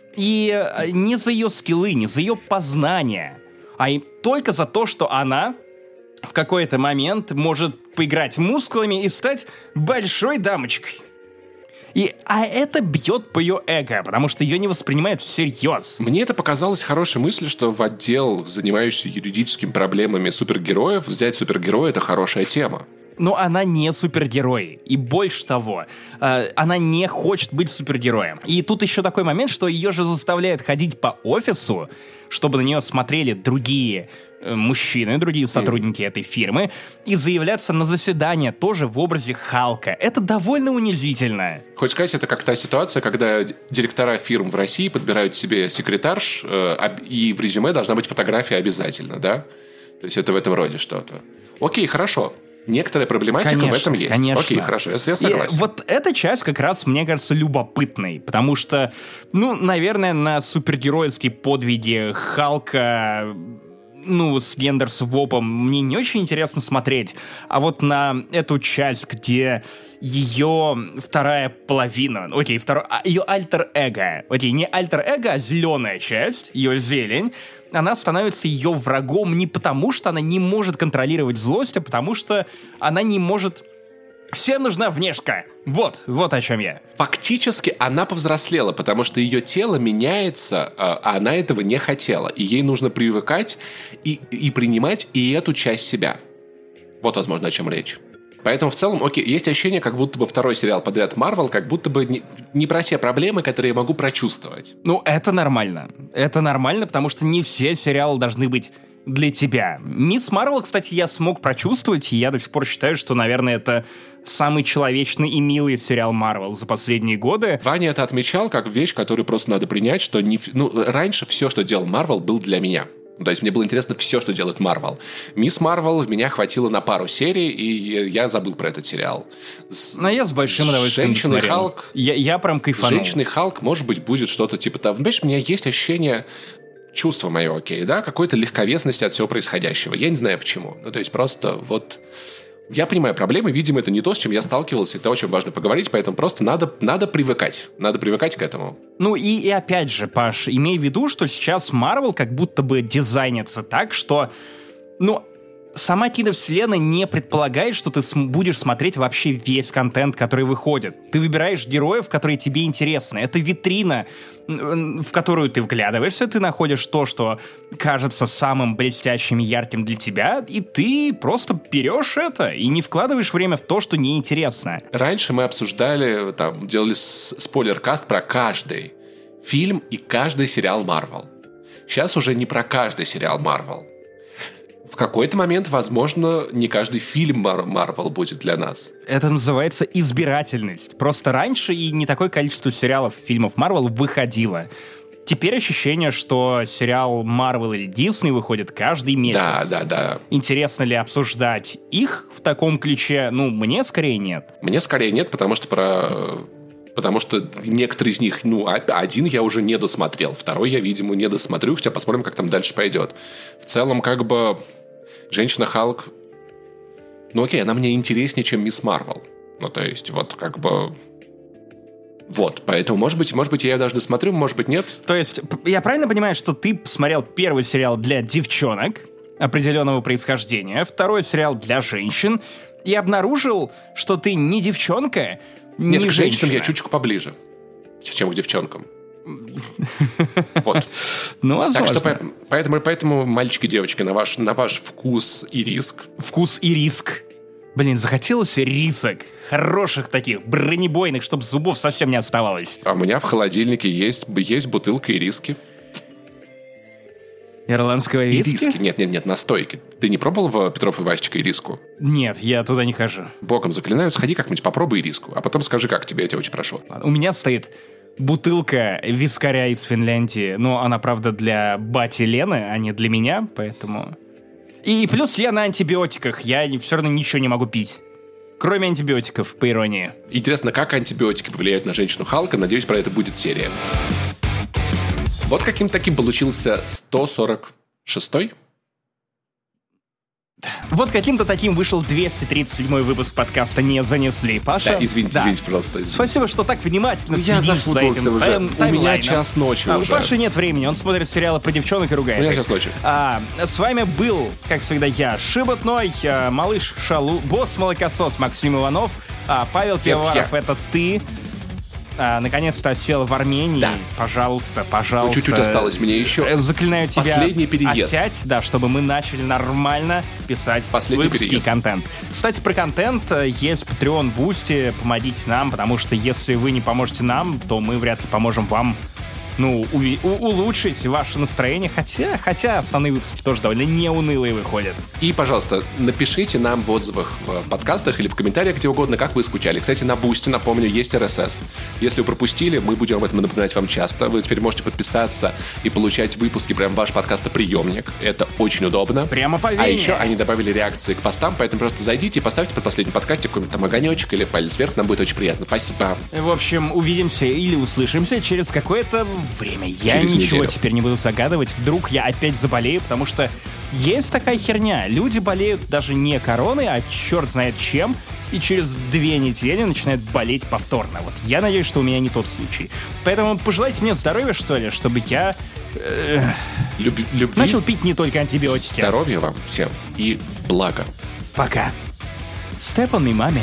И не за ее скиллы, не за ее познания, а и только за то, что она в какой-то момент может поиграть мускулами и стать большой дамочкой. И, а это бьет по ее эго, потому что ее не воспринимают всерьез. Мне это показалось хорошей мыслью, что в отдел, занимающийся юридическими проблемами супергероев, взять супергероя — это хорошая тема. Но она не супергерой. И больше того, э, она не хочет быть супергероем. И тут еще такой момент, что ее же заставляют ходить по офису, чтобы на нее смотрели другие э, мужчины, другие сотрудники mm. этой фирмы, и заявляться на заседание тоже в образе Халка. Это довольно унизительно. Хочешь сказать, это как та ситуация, когда директора фирм в России подбирают себе секретарш, э, и в резюме должна быть фотография обязательно, да? То есть это в этом роде что-то. Окей, хорошо. Некоторая проблематика конечно, в этом есть. Конечно. Окей, хорошо, я, я согласен. И вот эта часть как раз, мне кажется, любопытной, потому что, ну, наверное, на супергеройские подвиги Халка, ну, с гендер-свопом мне не очень интересно смотреть, а вот на эту часть, где ее вторая половина, окей, второй, ее альтер-эго, окей, не альтер-эго, а зеленая часть, ее зелень, она становится ее врагом не потому, что она не может контролировать злость, а потому что она не может... Всем нужна внешка. Вот, вот о чем я. Фактически она повзрослела, потому что ее тело меняется, а она этого не хотела. И ей нужно привыкать и, и принимать и эту часть себя. Вот, возможно, о чем речь. Поэтому в целом, окей, есть ощущение, как будто бы второй сериал подряд Marvel, как будто бы не, не про те проблемы, которые я могу прочувствовать. Ну, это нормально. Это нормально, потому что не все сериалы должны быть для тебя. Мисс Марвел, кстати, я смог прочувствовать, и я до сих пор считаю, что, наверное, это самый человечный и милый сериал Marvel за последние годы. Ваня это отмечал как вещь, которую просто надо принять, что не, ну, раньше все, что делал Marvel, был для меня. То есть мне было интересно все, что делает Марвел. Мисс Марвел меня хватило на пару серий, и я забыл про этот сериал. Но я с большим удовольствием Женщина Халк. Я, я прям кайфанул. Женщина Халк, может быть, будет что-то типа того. Понимаешь, у меня есть ощущение, чувство мое, окей, да, какой-то легковесности от всего происходящего. Я не знаю почему. Ну, то есть просто вот... Я понимаю проблемы, видимо, это не то, с чем я сталкивался, это очень важно поговорить, поэтому просто надо, надо привыкать, надо привыкать к этому. Ну и, и опять же, Паш, имей в виду, что сейчас Marvel как будто бы дизайнится так, что, ну, сама киновселенная не предполагает, что ты см- будешь смотреть вообще весь контент, который выходит. Ты выбираешь героев, которые тебе интересны. Это витрина, в которую ты вглядываешься, ты находишь то, что кажется самым блестящим и ярким для тебя, и ты просто берешь это и не вкладываешь время в то, что неинтересно. Раньше мы обсуждали, там, делали спойлер-каст про каждый фильм и каждый сериал Marvel. Сейчас уже не про каждый сериал Marvel. В какой-то момент, возможно, не каждый фильм Marvel будет для нас. Это называется избирательность. Просто раньше и не такое количество сериалов, фильмов Marvel выходило. Теперь ощущение, что сериал Marvel или Disney выходит каждый месяц. Да, да, да. Интересно ли обсуждать их в таком ключе? Ну, мне скорее нет. Мне скорее нет, потому что про... Потому что некоторые из них, ну, один я уже не досмотрел, второй я, видимо, не досмотрю, хотя посмотрим, как там дальше пойдет. В целом, как бы, Женщина Халк, ну, окей, она мне интереснее, чем Мисс Марвел. Ну, то есть, вот, как бы... Вот, поэтому, может быть, может быть, я ее даже досмотрю, может быть, нет. То есть, я правильно понимаю, что ты посмотрел первый сериал для девчонок определенного происхождения, второй сериал для женщин, и обнаружил, что ты не девчонка, не Нет, к женщинам женщина. я чуточку поближе, чем к девчонкам. Вот. Ну, возможно. Так что поэтому, поэтому, мальчики и девочки, на ваш, на ваш вкус и риск. Вкус и риск. Блин, захотелось рисок. Хороших таких, бронебойных, чтобы зубов совсем не оставалось. А у меня в холодильнике есть, есть бутылка ириски. Ирландского виски? Ириски. Нет, нет, нет, настойки. Ты не пробовал в Петров и Васечка ириску? Нет, я туда не хожу. Богом заклинаю, сходи как-нибудь, попробуй ириску, а потом скажи, как тебе, я тебя очень прошу. У меня стоит бутылка вискаря из Финляндии, но она, правда, для бати Лены, а не для меня, поэтому... И плюс я на антибиотиках, я все равно ничего не могу пить. Кроме антибиотиков, по иронии. Интересно, как антибиотики повлияют на женщину Халка? Надеюсь, про это будет серия. Вот каким таким получился сто сорок шестой. Вот каким-то таким вышел двести тридцать седьмой выпуск подкаста «Не занесли». Паша? Да, извините, да. извините, пожалуйста. Извините. Спасибо, что так внимательно Я следишь запутался за этим уже. тайм- У меня таймлайном. час ночи а, уже. У Паши нет времени, он смотрит сериалы про девчонок и ругает. У меня их. час ночи. А, с вами был, как всегда, я, Шиботной, а, малыш Шалу, босс-молокосос Максим Иванов, а, Павел Пивоваров, я. это ты. А, наконец-то осел в Армении. Да. Пожалуйста, пожалуйста. Ну, чуть-чуть осталось мне еще. Э, Заклинаю тебя. Последний переезд. Осядь, да, чтобы мы начали нормально писать Последний выпуски и переезд. контент. Кстати, про контент э, есть Patreon, Boosty, помогите нам, потому что если вы не поможете нам, то мы вряд ли поможем вам, ну, уви- у- улучшить ваше настроение, хотя, хотя основные выпуски тоже довольно неунылые выходят. И, пожалуйста, напишите нам в отзывах в подкастах или в комментариях, где угодно, как вы скучали. Кстати, на Бусти, напомню, есть эр эс эс. Если вы пропустили, мы будем об этом напоминать вам часто. Вы теперь можете подписаться и получать выпуски прямо в ваш подкастоприемник. Это очень удобно. Прямо по А вене. еще они добавили реакции к постам, поэтому просто зайдите и поставьте под последним подкастик какой-нибудь там огонечек или палец вверх, нам будет очень приятно. Спасибо. В общем, увидимся или услышимся через какое-то время. Я Через ничего неделю. теперь не буду загадывать. Вдруг я опять заболею, потому что есть такая херня. Люди болеют даже не короной, а черт знает чем, и через две недели начинают болеть повторно. Вот я надеюсь, что у меня не тот случай. Поэтому пожелайте мне здоровья, что ли, чтобы я э, Люб- любви, начал пить не только антибиотики. здоровья вам всем и блага. Пока. Step on me, маме.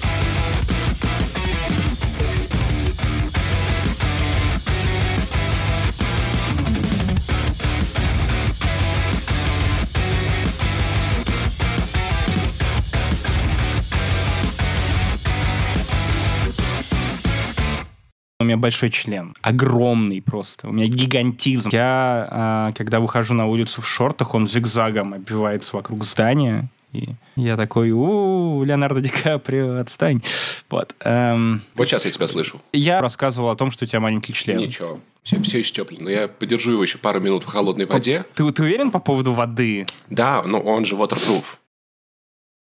У меня большой член. Огромный просто. У меня гигантизм. Я, а, когда выхожу на улицу в шортах, он зигзагом обвивается вокруг здания. И я такой, у Леонардо Ди Каприо, отстань. Вот. эм, Вот сейчас я тебя слышу. Я рассказывал о том, что у тебя маленький член. Ничего. Все, все еще теплый. Но я подержу его еще пару минут в холодной воде. Ты, ты уверен по поводу воды? Да, но он же waterproof.